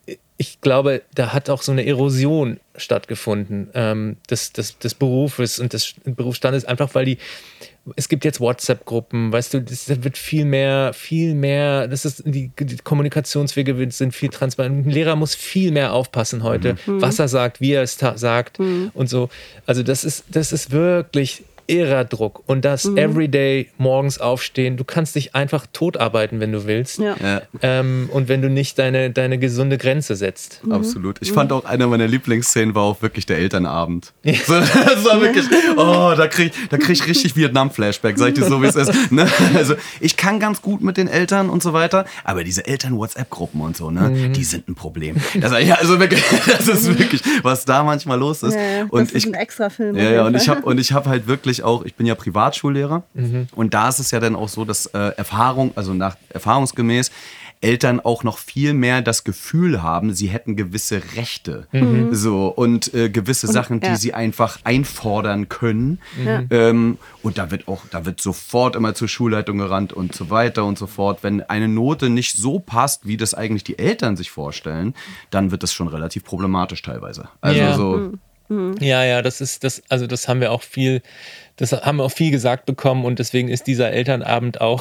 ich glaube, da hat auch so eine Erosion stattgefunden ähm, des, des, des Berufes und des Berufsstandes, einfach weil die, es gibt jetzt WhatsApp-Gruppen, weißt du, das wird viel mehr, viel mehr, das ist, die, die Kommunikationswege sind viel transparent. Ein Lehrer muss viel mehr aufpassen heute, mhm. was er sagt, wie er es ta- sagt mhm. und so. Also das ist, das ist wirklich irrer Druck und das mhm. everyday morgens aufstehen. Du kannst dich einfach totarbeiten, wenn du willst. Ja. Ja. Ähm, und wenn du nicht deine, deine gesunde Grenze setzt. Mhm. Absolut. Ich mhm. fand auch, einer meiner Lieblingsszenen war auch wirklich der Elternabend. So, das war wirklich, oh, da krieg, da krieg ich richtig Vietnam-Flashback, sag ich dir so, wie es ist. Ne? Also ich kann ganz gut mit den Eltern und so weiter, aber diese Eltern-WhatsApp-Gruppen und so, ne, mhm. die sind ein Problem. Das, ja, also wirklich, das ist wirklich, was da manchmal los ist. Ja, und das ist ich, ein extra Film. Ja, ja, und ich habe und ich habe halt wirklich auch, ich bin ja Privatschullehrer mhm. und da ist es ja dann auch so, dass äh, Erfahrung, also nach erfahrungsgemäß Eltern auch noch viel mehr das Gefühl haben, sie hätten gewisse Rechte mhm. so, und äh, gewisse und, Sachen, die ja. sie einfach einfordern können. Mhm. Ähm, und da wird auch, da wird sofort immer zur Schulleitung gerannt und so weiter und so fort. Wenn eine Note nicht so passt, wie das eigentlich die Eltern sich vorstellen, dann wird das schon relativ problematisch teilweise. Also ja. so. Mhm. Mhm. Ja, ja, das ist das, also das haben wir auch viel, das haben wir auch viel gesagt bekommen und deswegen ist dieser Elternabend auch,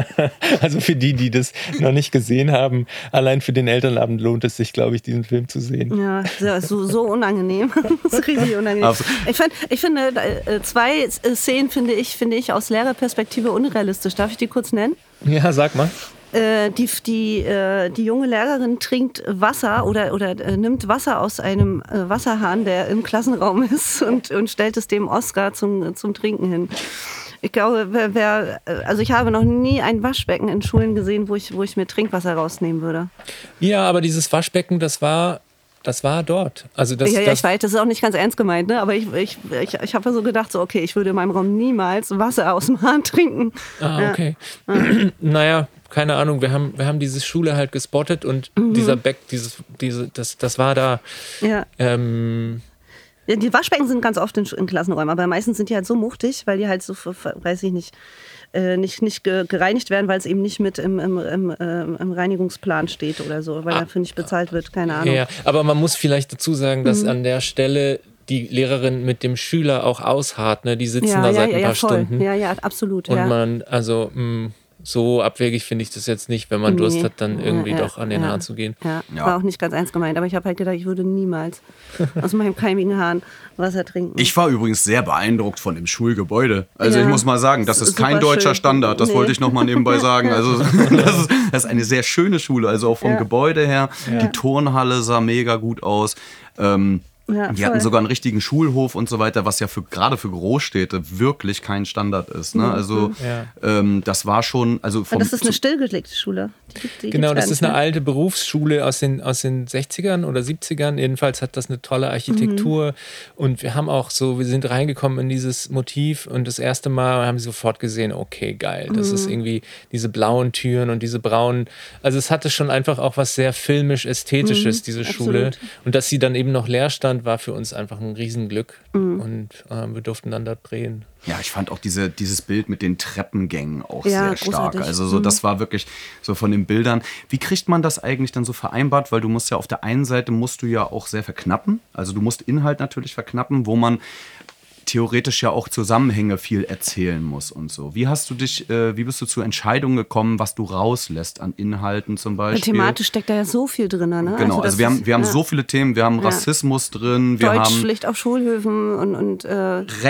also für die, die das noch nicht gesehen haben, allein für den Elternabend lohnt es sich, glaube ich, diesen Film zu sehen. Ja, so, so unangenehm. Das ist richtig unangenehm. Ich, find, ich finde, zwei Szenen finde ich, finde ich aus Lehrerperspektive unrealistisch. Darf ich die kurz nennen? Ja, sag mal. Äh, die, die, äh, die junge Lehrerin trinkt Wasser oder, oder äh, nimmt Wasser aus einem äh, Wasserhahn, der im Klassenraum ist und, und stellt es dem Oscar zum, zum Trinken hin. Ich glaube, wer, wer, also ich habe noch nie ein Waschbecken in Schulen gesehen, wo ich, wo ich mir Trinkwasser rausnehmen würde. Ja, aber dieses Waschbecken, das war... Das war dort. Also das, ja, ja, das ich weiß, das ist auch nicht ganz ernst gemeint, ne? Aber ich, ich, ich, ich habe so gedacht, so, okay, ich würde in meinem Raum niemals Wasser aus dem Hahn trinken. Ah, okay. Ja. Naja, keine Ahnung, wir haben, wir haben diese Schule halt gespottet und mhm. dieser Beck, dieses, diese, das, das war da. Ja. Ähm, ja, die Waschbecken sind ganz oft in, in Klassenräumen, aber meistens sind die halt so muchtig, weil die halt so, weiß ich nicht, äh, nicht, nicht gereinigt werden, weil es eben nicht mit im, im, im, äh, im Reinigungsplan steht oder so, weil ah, dafür nicht bezahlt wird, keine Ahnung. Ja, aber man muss vielleicht dazu sagen, dass mhm. an der Stelle die Lehrerin mit dem Schüler auch ausharrt, ne? Die sitzen ja, da ja, seit ja, ein paar ja, voll. Stunden. Ja, ja, absolut. Und ja. man, also, mh, so abwegig finde ich das jetzt nicht, wenn man nee. Durst hat, dann irgendwie ja, doch an den ja, Hahn zu gehen. Ja, ja, war auch nicht ganz ernst gemeint, aber ich habe halt gedacht, ich würde niemals aus meinem keimigen Hahn Wasser trinken. Ich war übrigens sehr beeindruckt von dem Schulgebäude. Also ja, ich muss mal sagen, das ist kein deutscher schön. Standard, das nee. wollte ich noch mal nebenbei sagen. Also das ist, das ist eine sehr schöne Schule, also auch vom ja. Gebäude her. Ja. Die Turnhalle sah mega gut aus. Ähm, Ja, die voll. hatten sogar einen richtigen Schulhof und so weiter, was ja für, gerade für Großstädte wirklich kein Standard ist. Ne? Also ja. ähm, das war schon... Also vom, und das ist eine stillgelegte Schule. Die, die genau, das ist eine alte Berufsschule aus den, aus den sechzigern oder siebzigern. Jedenfalls hat das eine tolle Architektur. Mhm. Und wir haben auch so, wir sind reingekommen in dieses Motiv und das erste Mal haben sie sofort gesehen, okay, geil. Das mhm. ist irgendwie diese blauen Türen und diese braunen... Also es hatte schon einfach auch was sehr filmisch-ästhetisches, mhm, diese Schule. Absolut. Und dass sie dann eben noch leer stand, war für uns einfach ein Riesenglück mhm. und äh, wir durften dann da drehen. Ja, ich fand auch diese, dieses Bild mit den Treppengängen auch ja, sehr stark. großartig. Also so, das war wirklich so von den Bildern. Wie kriegt man das eigentlich dann so vereinbart? Weil du musst ja auf der einen Seite musst du ja auch sehr verknappen. Also du musst Inhalt natürlich verknappen, wo man theoretisch ja auch Zusammenhänge viel erzählen muss und so. Wie hast du dich, äh, wie bist du zur Entscheidung gekommen, was du rauslässt an Inhalten zum Beispiel? Thematisch steckt da ja so viel drin, ne? Genau, also, also wir haben, wir haben ja. so viele Themen, wir haben ja. Rassismus drin, wir Deutschpflicht haben auf Schulhöfen und, und äh,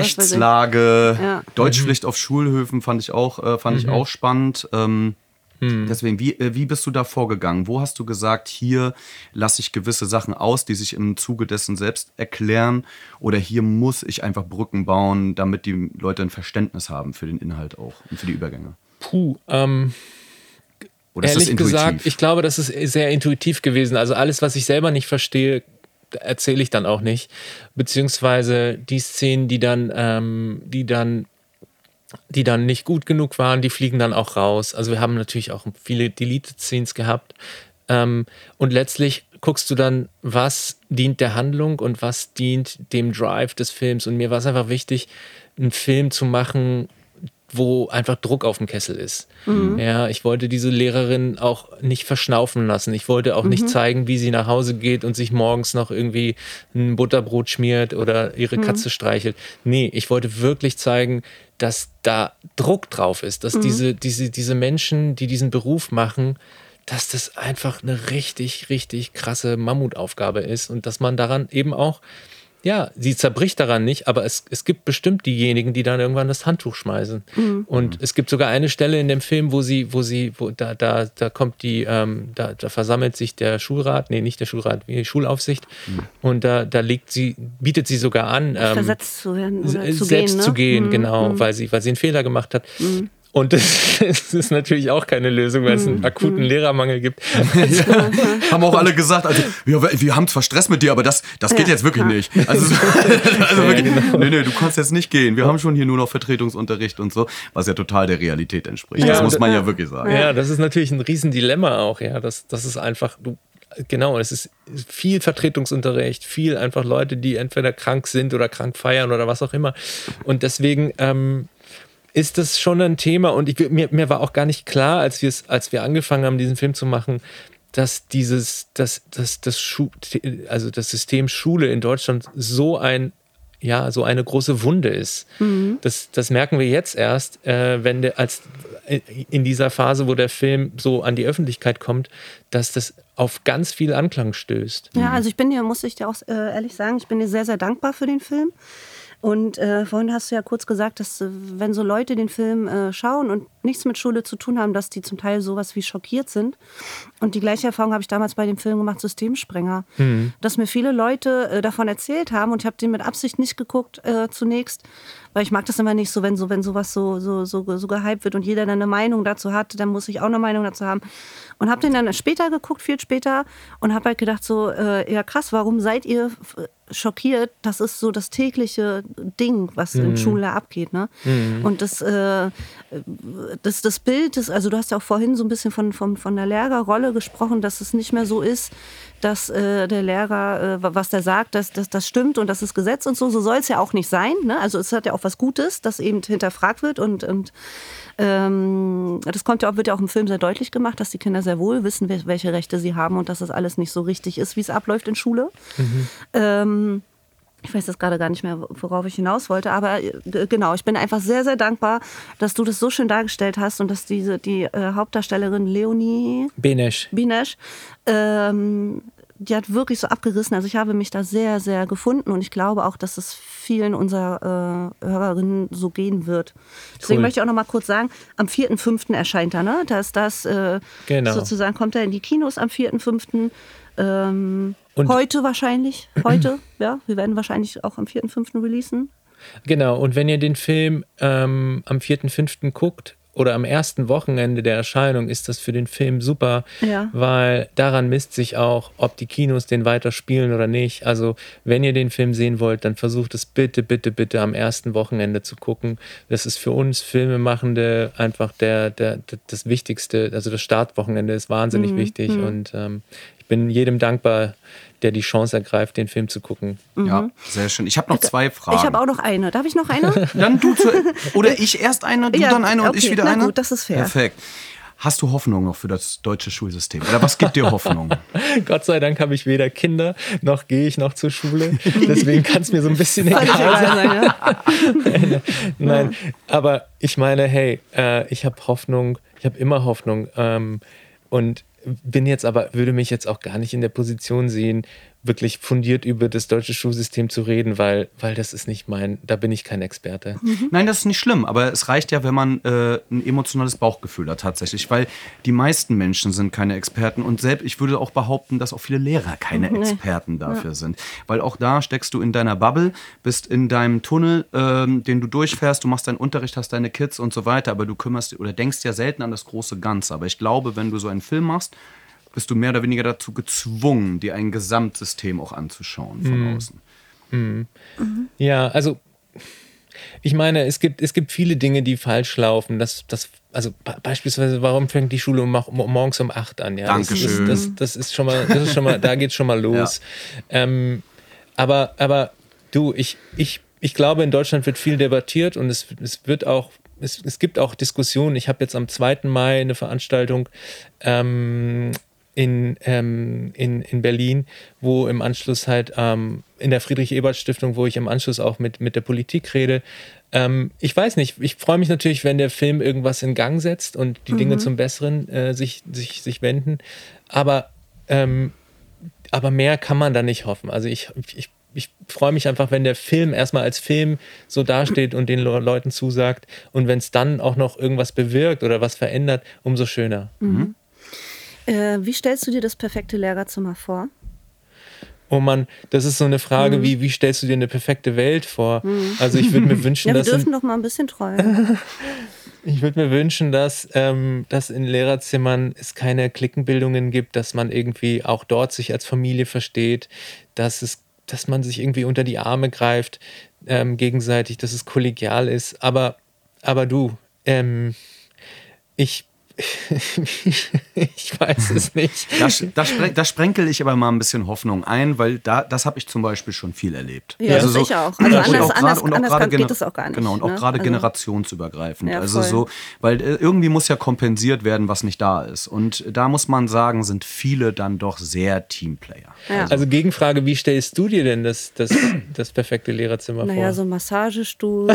Rechtslage, ja. Deutschpflicht mhm. auf Schulhöfen fand ich auch, äh, fand mhm. ich auch spannend. Ähm, Hm. Deswegen, wie, wie bist du da vorgegangen? Wo hast du gesagt, hier lasse ich gewisse Sachen aus, die sich im Zuge dessen selbst erklären? Oder hier muss ich einfach Brücken bauen, damit die Leute ein Verständnis haben für den Inhalt auch und für die Übergänge? Puh, ähm, Oder ist ehrlich das intuitiv? gesagt, ich glaube, das ist sehr intuitiv gewesen. Also alles, was ich selber nicht verstehe, erzähle ich dann auch nicht. Beziehungsweise die Szenen, die dann, ähm, die dann die dann nicht gut genug waren, die fliegen dann auch raus. Also wir haben natürlich auch viele Deleted-Scenes gehabt. Ähm, und letztlich guckst du dann, was dient der Handlung und was dient dem Drive des Films. Und mir war es einfach wichtig, einen Film zu machen, wo einfach Druck auf dem Kessel ist. Mhm. Ja, ich wollte diese Lehrerin auch nicht verschnaufen lassen. Ich wollte auch mhm. nicht zeigen, wie sie nach Hause geht und sich morgens noch irgendwie ein Butterbrot schmiert oder ihre mhm. Katze streichelt. Nee, ich wollte wirklich zeigen, dass da Druck drauf ist, dass mhm. diese, diese, diese Menschen, die diesen Beruf machen, dass das einfach eine richtig, richtig krasse Mammutaufgabe ist und dass man daran eben auch ja, sie zerbricht daran nicht, aber es, es gibt bestimmt diejenigen, die dann irgendwann das Handtuch schmeißen. Mhm. Und es gibt sogar eine Stelle in dem Film, wo sie, wo sie, wo da, da, da kommt die, ähm, da, da versammelt sich der Schulrat, nee, nicht der Schulrat, die Schulaufsicht. Mhm. Und da, da legt sie, bietet sie sogar an, ähm, versetzt zu werden oder s- zu selbst gehen, ne? zu gehen, Mhm. genau, Mhm. weil sie, weil sie einen Fehler gemacht hat. Mhm. Und das, das ist natürlich auch keine Lösung, weil es einen akuten Lehrermangel gibt. Also, Ja. Haben auch alle gesagt, also ja, wir, wir haben zwar Stress mit dir, aber das, das geht Ja, jetzt wirklich ja. nicht. Also, also wirklich, nee, nee, du kannst jetzt nicht gehen. Wir haben schon hier nur noch Vertretungsunterricht und so, was ja total der Realität entspricht. Ja, das muss man ja, ja. wirklich sagen. Ja, das ist natürlich ein Riesendilemma auch, ja. Das, das ist einfach, du, genau, es ist viel Vertretungsunterricht, viel einfach Leute, die entweder krank sind oder krank feiern oder was auch immer. Und deswegen ähm, ist das schon ein Thema. Und ich, mir, mir war auch gar nicht klar, als, als wir angefangen haben, diesen Film zu machen, dass dieses, dass, dass, das, Schu- also das System Schule in Deutschland so ein ja, so eine große Wunde ist. Mhm. Das, das merken wir jetzt erst, äh, wenn der, als in dieser Phase, wo der Film so an die Öffentlichkeit kommt, dass das auf ganz viel Anklang stößt. Ja, also ich bin dir, muss ich dir auch äh, ehrlich sagen, ich bin dir sehr, sehr dankbar für den Film. Und äh, vorhin hast du ja kurz gesagt, dass äh, wenn so Leute den Film äh, schauen und nichts mit Schule zu tun haben, dass die zum Teil sowas wie schockiert sind. Und die gleiche Erfahrung habe ich damals bei dem Film gemacht, Systemsprenger. Mhm. Dass mir viele Leute äh, davon erzählt haben und ich habe den mit Absicht nicht geguckt äh, zunächst, weil ich mag das immer nicht so, wenn so wenn sowas so, so, so, so gehypt wird und jeder dann eine Meinung dazu hat, dann muss ich auch eine Meinung dazu haben. Und habe den dann später geguckt, viel später, und habe halt gedacht so, äh, ja krass, warum seid ihr schockiert? Das ist so das tägliche Ding, was mhm. in Schule abgeht. Ne? Mhm. Und das, äh, das, das Bild, ist, also du hast ja auch vorhin so ein bisschen von, von, von der Lehrerrolle gesprochen, dass es nicht mehr so ist, dass äh, der Lehrer, äh, was der sagt, dass, dass das stimmt und das ist Gesetz und so. So soll es ja auch nicht sein. Ne? Also es hat ja auch was Gutes, dass eben hinterfragt wird und, und ähm, das kommt ja auch, wird ja auch im Film sehr deutlich gemacht, dass die Kinder sehr wohl wissen, welche Rechte sie haben und dass das alles nicht so richtig ist, wie es abläuft in Schule. Mhm. Ähm, ich weiß jetzt gerade gar nicht mehr, worauf ich hinaus wollte, aber äh, genau, ich bin einfach sehr, sehr dankbar, dass du das so schön dargestellt hast und dass diese die äh, Hauptdarstellerin Leonie Benesch, Benesch ähm, die hat wirklich so abgerissen. Also ich habe mich da sehr, sehr gefunden und ich glaube auch, dass es vielen unserer äh, Hörerinnen so gehen wird. Deswegen cool. möchte ich auch noch mal kurz sagen, am vierten fünften erscheint er, ne? Da ist das äh, genau. sozusagen, kommt er in die Kinos am vierten fünften Ähm, heute wahrscheinlich, heute, ja, wir werden wahrscheinlich auch am vierten fünften releasen. Genau, und wenn ihr den Film ähm, am vierten fünften guckt, oder am ersten Wochenende der Erscheinung, ist das für den Film super, ja. weil daran misst sich auch, ob die Kinos den weiter spielen oder nicht. Also wenn ihr den Film sehen wollt, dann versucht es bitte, bitte, bitte am ersten Wochenende zu gucken. Das ist für uns Filmemachende einfach der, der, der, das Wichtigste. Also das Startwochenende ist wahnsinnig mhm. wichtig mhm. und ähm, ich bin jedem dankbar, der die Chance ergreift, den Film zu gucken. Ja, sehr schön. Ich habe noch zwei Fragen. Ich habe auch noch eine. Darf ich noch eine? Dann du zu, oder ich erst eine, du ja, dann eine und okay. ich wieder Na eine? Gut, das ist fair. Perfekt. Hast du Hoffnung noch für das deutsche Schulsystem? Oder was gibt dir Hoffnung? Gott sei Dank habe ich weder Kinder, noch gehe ich noch zur Schule. Deswegen kann es mir so ein bisschen egal sein. Nein, nein, aber ich meine, hey, äh, ich habe Hoffnung, ich habe immer Hoffnung. Ähm, und bin jetzt aber, würde mich jetzt auch gar nicht in der Position sehen, wirklich fundiert über das deutsche Schulsystem zu reden, weil, weil das ist nicht mein, da bin ich kein Experte. Mhm. Nein, das ist nicht schlimm, aber es reicht ja, wenn man äh, ein emotionales Bauchgefühl hat tatsächlich, weil die meisten Menschen sind keine Experten und selbst, ich würde auch behaupten, dass auch viele Lehrer keine nee. Experten dafür ja. sind, weil auch da steckst du in deiner Bubble, bist in deinem Tunnel, ähm, den du durchfährst, du machst deinen Unterricht, hast deine Kids und so weiter, aber du kümmerst oder denkst ja selten an das große Ganze, aber ich glaube, wenn du so einen Film machst, bist du mehr oder weniger dazu gezwungen, dir ein Gesamtsystem auch anzuschauen von mm. außen. Mm. Mhm. Ja, also ich meine, es gibt, es gibt viele Dinge, die falsch laufen. Das, das, also beispielsweise, warum fängt die Schule um, um, morgens um acht an? Ja, Dankeschön. Das, das, das ist schon mal, das ist schon mal, da geht's schon mal los. Ja. Ähm, aber, aber du, ich, ich, ich glaube, in Deutschland wird viel debattiert und es, es wird auch Es, es gibt auch Diskussionen. Ich habe jetzt am zweiten Mai eine Veranstaltung ähm, in, ähm, in, in Berlin, wo im Anschluss halt ähm, in der Friedrich-Ebert-Stiftung, wo ich im Anschluss auch mit, mit der Politik rede. Ähm, ich weiß nicht, ich freue mich natürlich, wenn der Film irgendwas in Gang setzt und die mhm. Dinge zum Besseren äh, sich, sich, sich wenden. Aber, ähm, aber mehr kann man da nicht hoffen. Also ich, ich ich freue mich einfach, wenn der Film erstmal als Film so dasteht und den Le- Leuten zusagt. Und wenn es dann auch noch irgendwas bewirkt oder was verändert, umso schöner. Mhm. Äh, wie stellst du dir das perfekte Lehrerzimmer vor? Oh Mann, das ist so eine Frage, Mhm. wie, wie stellst du dir eine perfekte Welt vor? Mhm. Also ich würde mir wünschen, Ja, wir dass... dürfen in, doch mal ein bisschen träumen. ich würde mir wünschen, dass, ähm, dass in Lehrerzimmern es keine Klickenbildungen gibt, dass man irgendwie auch dort sich als Familie versteht, dass, es, dass man sich irgendwie unter die Arme greift ähm, gegenseitig, dass es kollegial ist. Aber, aber du, ähm, ich... ich weiß es nicht. Da, da, spre da sprenkel ich aber mal ein bisschen Hoffnung ein, weil da, das habe ich zum Beispiel schon viel erlebt. Ja, also das so, ich auch. Also anders, und auch anders, grade, und auch anders grade geht es auch gar nicht. Genau, und auch ne? gerade also, generationsübergreifend. Ja, also voll. so, weil äh, irgendwie muss ja kompensiert werden, was nicht da ist. Und da muss man sagen, sind viele dann doch sehr Teamplayer. Ja. Also Gegenfrage, wie stellst du dir denn das, das, das perfekte Lehrerzimmer vor? Naja, so ein Massagestuhl.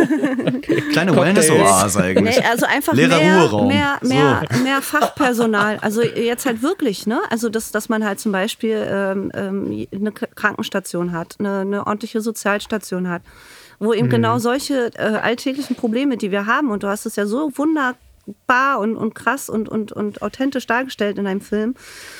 okay. Kleine Wellness-Oase eigentlich. Nee, also einfach Leerer mehr, Ruheraum. mehr, mehr, So. mehr Fachpersonal. Also jetzt halt wirklich, ne? Also dass, dass man halt zum Beispiel ähm, ähm, eine Krankenstation hat, eine, eine ordentliche Sozialstation hat, wo eben Mhm. genau solche äh, alltäglichen Probleme, die wir haben, und du hast es ja so wunderbar und, und krass und, und, und authentisch dargestellt in einem Film,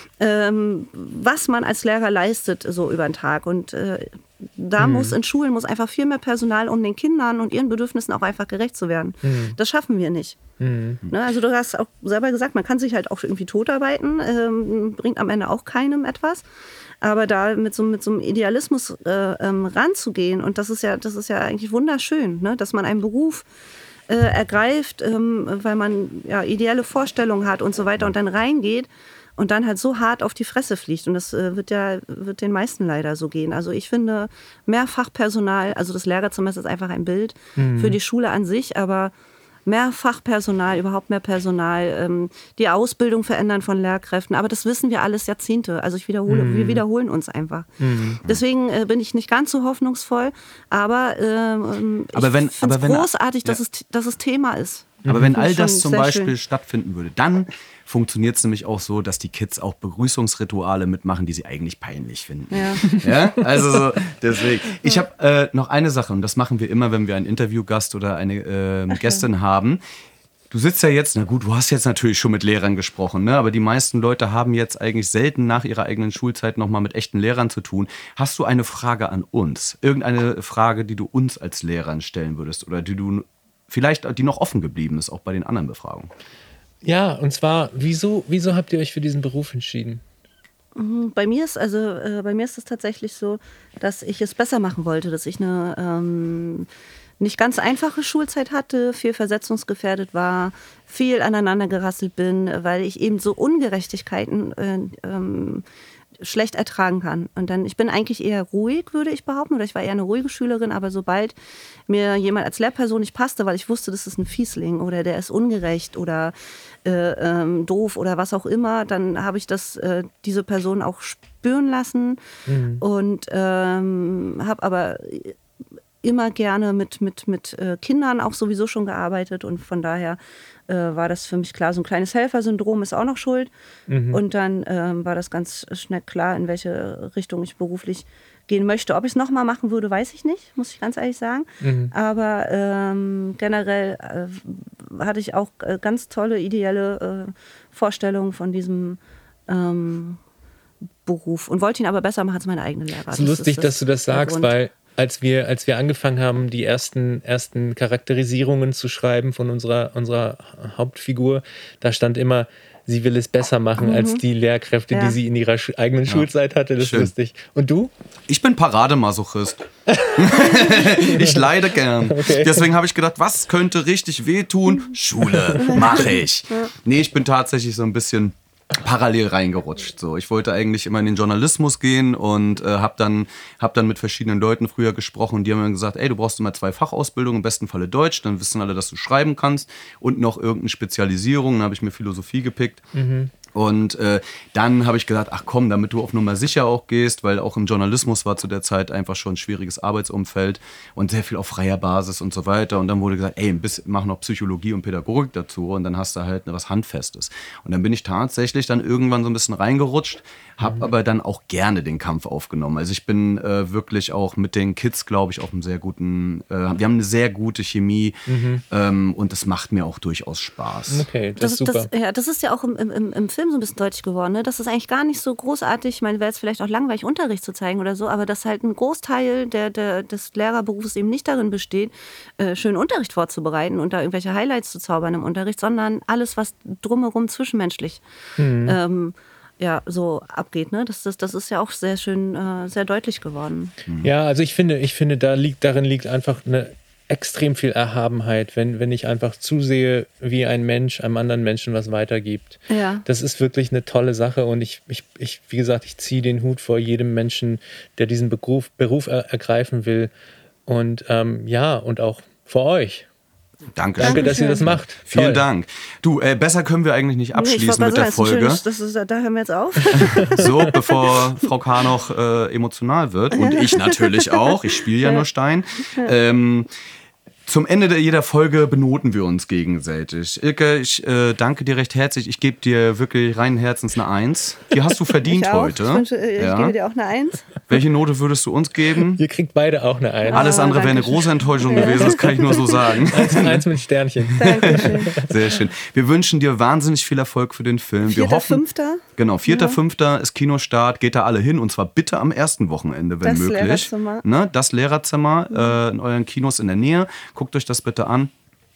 ähm, was man als Lehrer leistet so über den Tag. Und äh, da Mhm. muss in Schulen muss einfach viel mehr Personal, um den Kindern und ihren Bedürfnissen auch einfach gerecht zu werden. Mhm. Das schaffen wir nicht. Mhm. Ne, also du hast auch selber gesagt, man kann sich halt auch irgendwie totarbeiten, ähm, bringt am Ende auch keinem etwas. Aber da mit so, mit so einem Idealismus äh, ähm, ranzugehen, und das ist ja, das ist ja eigentlich wunderschön, ne? Dass man einen Beruf äh, ergreift, ähm, weil man ja ideelle Vorstellungen hat und so weiter und dann reingeht und dann halt so hart auf die Fresse fliegt. Und das äh, wird ja wird den meisten leider so gehen. Also ich finde, mehr Fachpersonal, also das Lehrerzimmer ist einfach ein Bild Mhm. für die Schule an sich, aber mehr Fachpersonal, überhaupt mehr Personal, ähm, die Ausbildung verändern von Lehrkräften. Aber das wissen wir alles Jahrzehnte. Also ich wiederhole, Mhm. wir wiederholen uns einfach. Mhm. Deswegen äh, bin ich nicht ganz so hoffnungsvoll. Aber, ähm, Aber wenn- ich finde aber es wenn- großartig, dass, ja. es, dass es Thema ist. Aber wenn Finde all ich schon das zum sehr Beispiel schön. stattfinden würde, dann funktioniert es nämlich auch so, dass die Kids auch Begrüßungsrituale mitmachen, die sie eigentlich peinlich finden. Ja. Ja, also so, deswegen. Ich habe äh, noch eine Sache, und das machen wir immer, wenn wir einen Interviewgast oder eine äh, Gästin haben. Du sitzt ja jetzt, na gut, du hast jetzt natürlich schon mit Lehrern gesprochen, ne? Aber die meisten Leute haben jetzt eigentlich selten nach ihrer eigenen Schulzeit nochmal mit echten Lehrern zu tun. Hast du eine Frage an uns? Irgendeine Frage, die du uns als Lehrern stellen würdest oder die du vielleicht, die noch offen geblieben ist, auch bei den anderen Befragungen? Ja, und zwar, wieso, wieso habt ihr euch für diesen Beruf entschieden? Bei mir ist also äh, bei mir ist es tatsächlich so, dass ich es besser machen wollte, dass ich eine ähm, nicht ganz einfache Schulzeit hatte, viel versetzungsgefährdet war, viel aneinander gerasselt bin, weil ich eben so Ungerechtigkeiten äh, ähm, schlecht ertragen kann. Und dann, ich bin eigentlich eher ruhig, würde ich behaupten, oder ich war eher eine ruhige Schülerin, aber sobald mir jemand als Lehrperson nicht passte, weil ich wusste, das ist ein Fiesling oder der ist ungerecht oder äh, ähm, doof oder was auch immer, dann habe ich das äh, diese Person auch spüren lassen Mhm. und ähm, habe aber immer gerne mit, mit, mit äh, Kindern auch sowieso schon gearbeitet und von daher äh, war das für mich klar, so ein kleines Helfersyndrom ist auch noch schuld. Mhm. Und dann ähm, war das ganz schnell klar, in welche Richtung ich beruflich gehen möchte. Ob ich es nochmal machen würde, weiß ich nicht, muss ich ganz ehrlich sagen. Mhm. Aber ähm, generell äh, hatte ich auch äh, ganz tolle, ideelle äh, Vorstellungen von diesem ähm, Beruf und wollte ihn aber besser machen als meine eigenen Lehrer. Es ist lustig, dass du das der sagst, Grund. weil als wir, als wir angefangen haben, die ersten, ersten Charakterisierungen zu schreiben von unserer, unserer Hauptfigur, da stand immer, sie will es besser machen Mhm. als die Lehrkräfte, Ja. die sie in ihrer Sch- eigenen Schulzeit hatte. Das Schön. ist lustig. Und du? Ich bin Parademasochist. Ich leide gern. Okay. Deswegen habe ich gedacht, was könnte richtig wehtun? Schule, mache ich. Nee, ich bin tatsächlich so ein bisschen parallel reingerutscht. So, ich wollte eigentlich immer in den Journalismus gehen und äh, habe dann, hab dann mit verschiedenen Leuten früher gesprochen und die haben mir gesagt, ey, du brauchst immer zwei Fachausbildungen, im besten Falle Deutsch, dann wissen alle, dass du schreiben kannst und noch irgendeine Spezialisierung. Dann habe ich mir Philosophie gepickt. Mhm. Und äh, dann habe ich gesagt, ach komm, damit du auf Nummer sicher auch gehst, weil auch im Journalismus war zu der Zeit einfach schon ein schwieriges Arbeitsumfeld und sehr viel auf freier Basis und so weiter. Und dann wurde gesagt, ey, ein bisschen, mach noch Psychologie und Pädagogik dazu und dann hast du halt was Handfestes. Und dann bin ich tatsächlich dann irgendwann so ein bisschen reingerutscht, habe mhm. aber dann auch gerne den Kampf aufgenommen. Also ich bin äh, wirklich auch mit den Kids, glaube ich, auf einem sehr guten, äh, wir haben eine sehr gute Chemie mhm. ähm, und das macht mir auch durchaus Spaß. Okay, das, das ist super. Das, ja, das ist ja auch im, im, im Film so ein bisschen deutlich geworden, ne? Das ist eigentlich gar nicht so großartig, ich meine, wäre jetzt vielleicht auch langweilig, Unterricht zu zeigen oder so, aber dass halt ein Großteil der, der, des Lehrerberufs eben nicht darin besteht, äh, schönen Unterricht vorzubereiten und da irgendwelche Highlights zu zaubern im Unterricht, sondern alles, was drumherum zwischenmenschlich mhm. ähm, ja, so abgeht, ne? Das, das, das ist ja auch sehr schön, äh, sehr deutlich geworden. Mhm. Ja, also ich finde, ich finde, da liegt, darin liegt einfach eine extrem viel Erhabenheit, wenn, wenn ich einfach zusehe, wie ein Mensch einem anderen Menschen was weitergibt. Ja. Das ist wirklich eine tolle Sache und ich, ich, ich wie gesagt, ich ziehe den Hut vor jedem Menschen, der diesen Beruf, Beruf er, ergreifen will und ähm, ja, und auch vor euch. Danke, Danke, dass ihr das macht. Vielen Toll. Dank. Du, äh, besser können wir eigentlich nicht abschließen nee, mit der Folge. Schönes, das ist, da hören wir jetzt auf. So, bevor Frau K. noch äh, emotional wird und ich natürlich auch. Ich spiele ja nur Stein. Ähm, Zum Ende jeder Folge benoten wir uns gegenseitig. Ilke, ich äh, danke dir recht herzlich. Ich gebe dir wirklich reinen Herzens eine Eins. Die hast du verdient ich heute. Ich, wünsche, ich ja. gebe dir auch eine Eins. Welche Note würdest du uns geben? Ihr kriegt beide auch eine Eins. Alles andere wäre eine große Enttäuschung gewesen, das kann ich nur so sagen. Eins, eins mit Sternchen. Dankeschön. Sehr schön. Wir wünschen dir wahnsinnig viel Erfolg für den Film. Vierter, wir hoffen, Fünfter? Genau, vierter, ja. Fünfter ist Kinostart. Geht da alle hin und zwar bitte am ersten Wochenende, wenn das möglich. Lehrerzimmer. Ne, das Lehrerzimmer äh, in euren Kinos in der Nähe. Guckt euch das bitte an.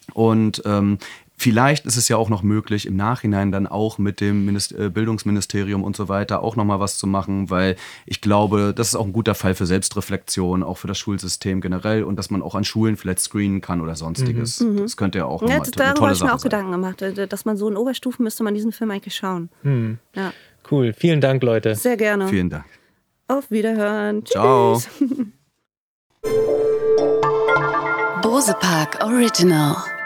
Und ähm, vielleicht ist es ja auch noch möglich, im Nachhinein dann auch mit dem Minister- Bildungsministerium und so weiter auch nochmal was zu machen, weil ich glaube, das ist auch ein guter Fall für Selbstreflexion, auch für das Schulsystem generell und dass man auch an Schulen vielleicht screenen kann oder sonstiges. Mhm. Das könnte ja auch nochmal ja, eine tolle Sache sein. Darüber habe ich mir auch Gedanken gemacht, dass man so in Oberstufen müsste man diesen Film eigentlich schauen. Mhm. Ja. Cool, vielen Dank, Leute. Sehr gerne. Vielen Dank. Auf Wiederhören. Ciao. Tschüss. Bose Park Original.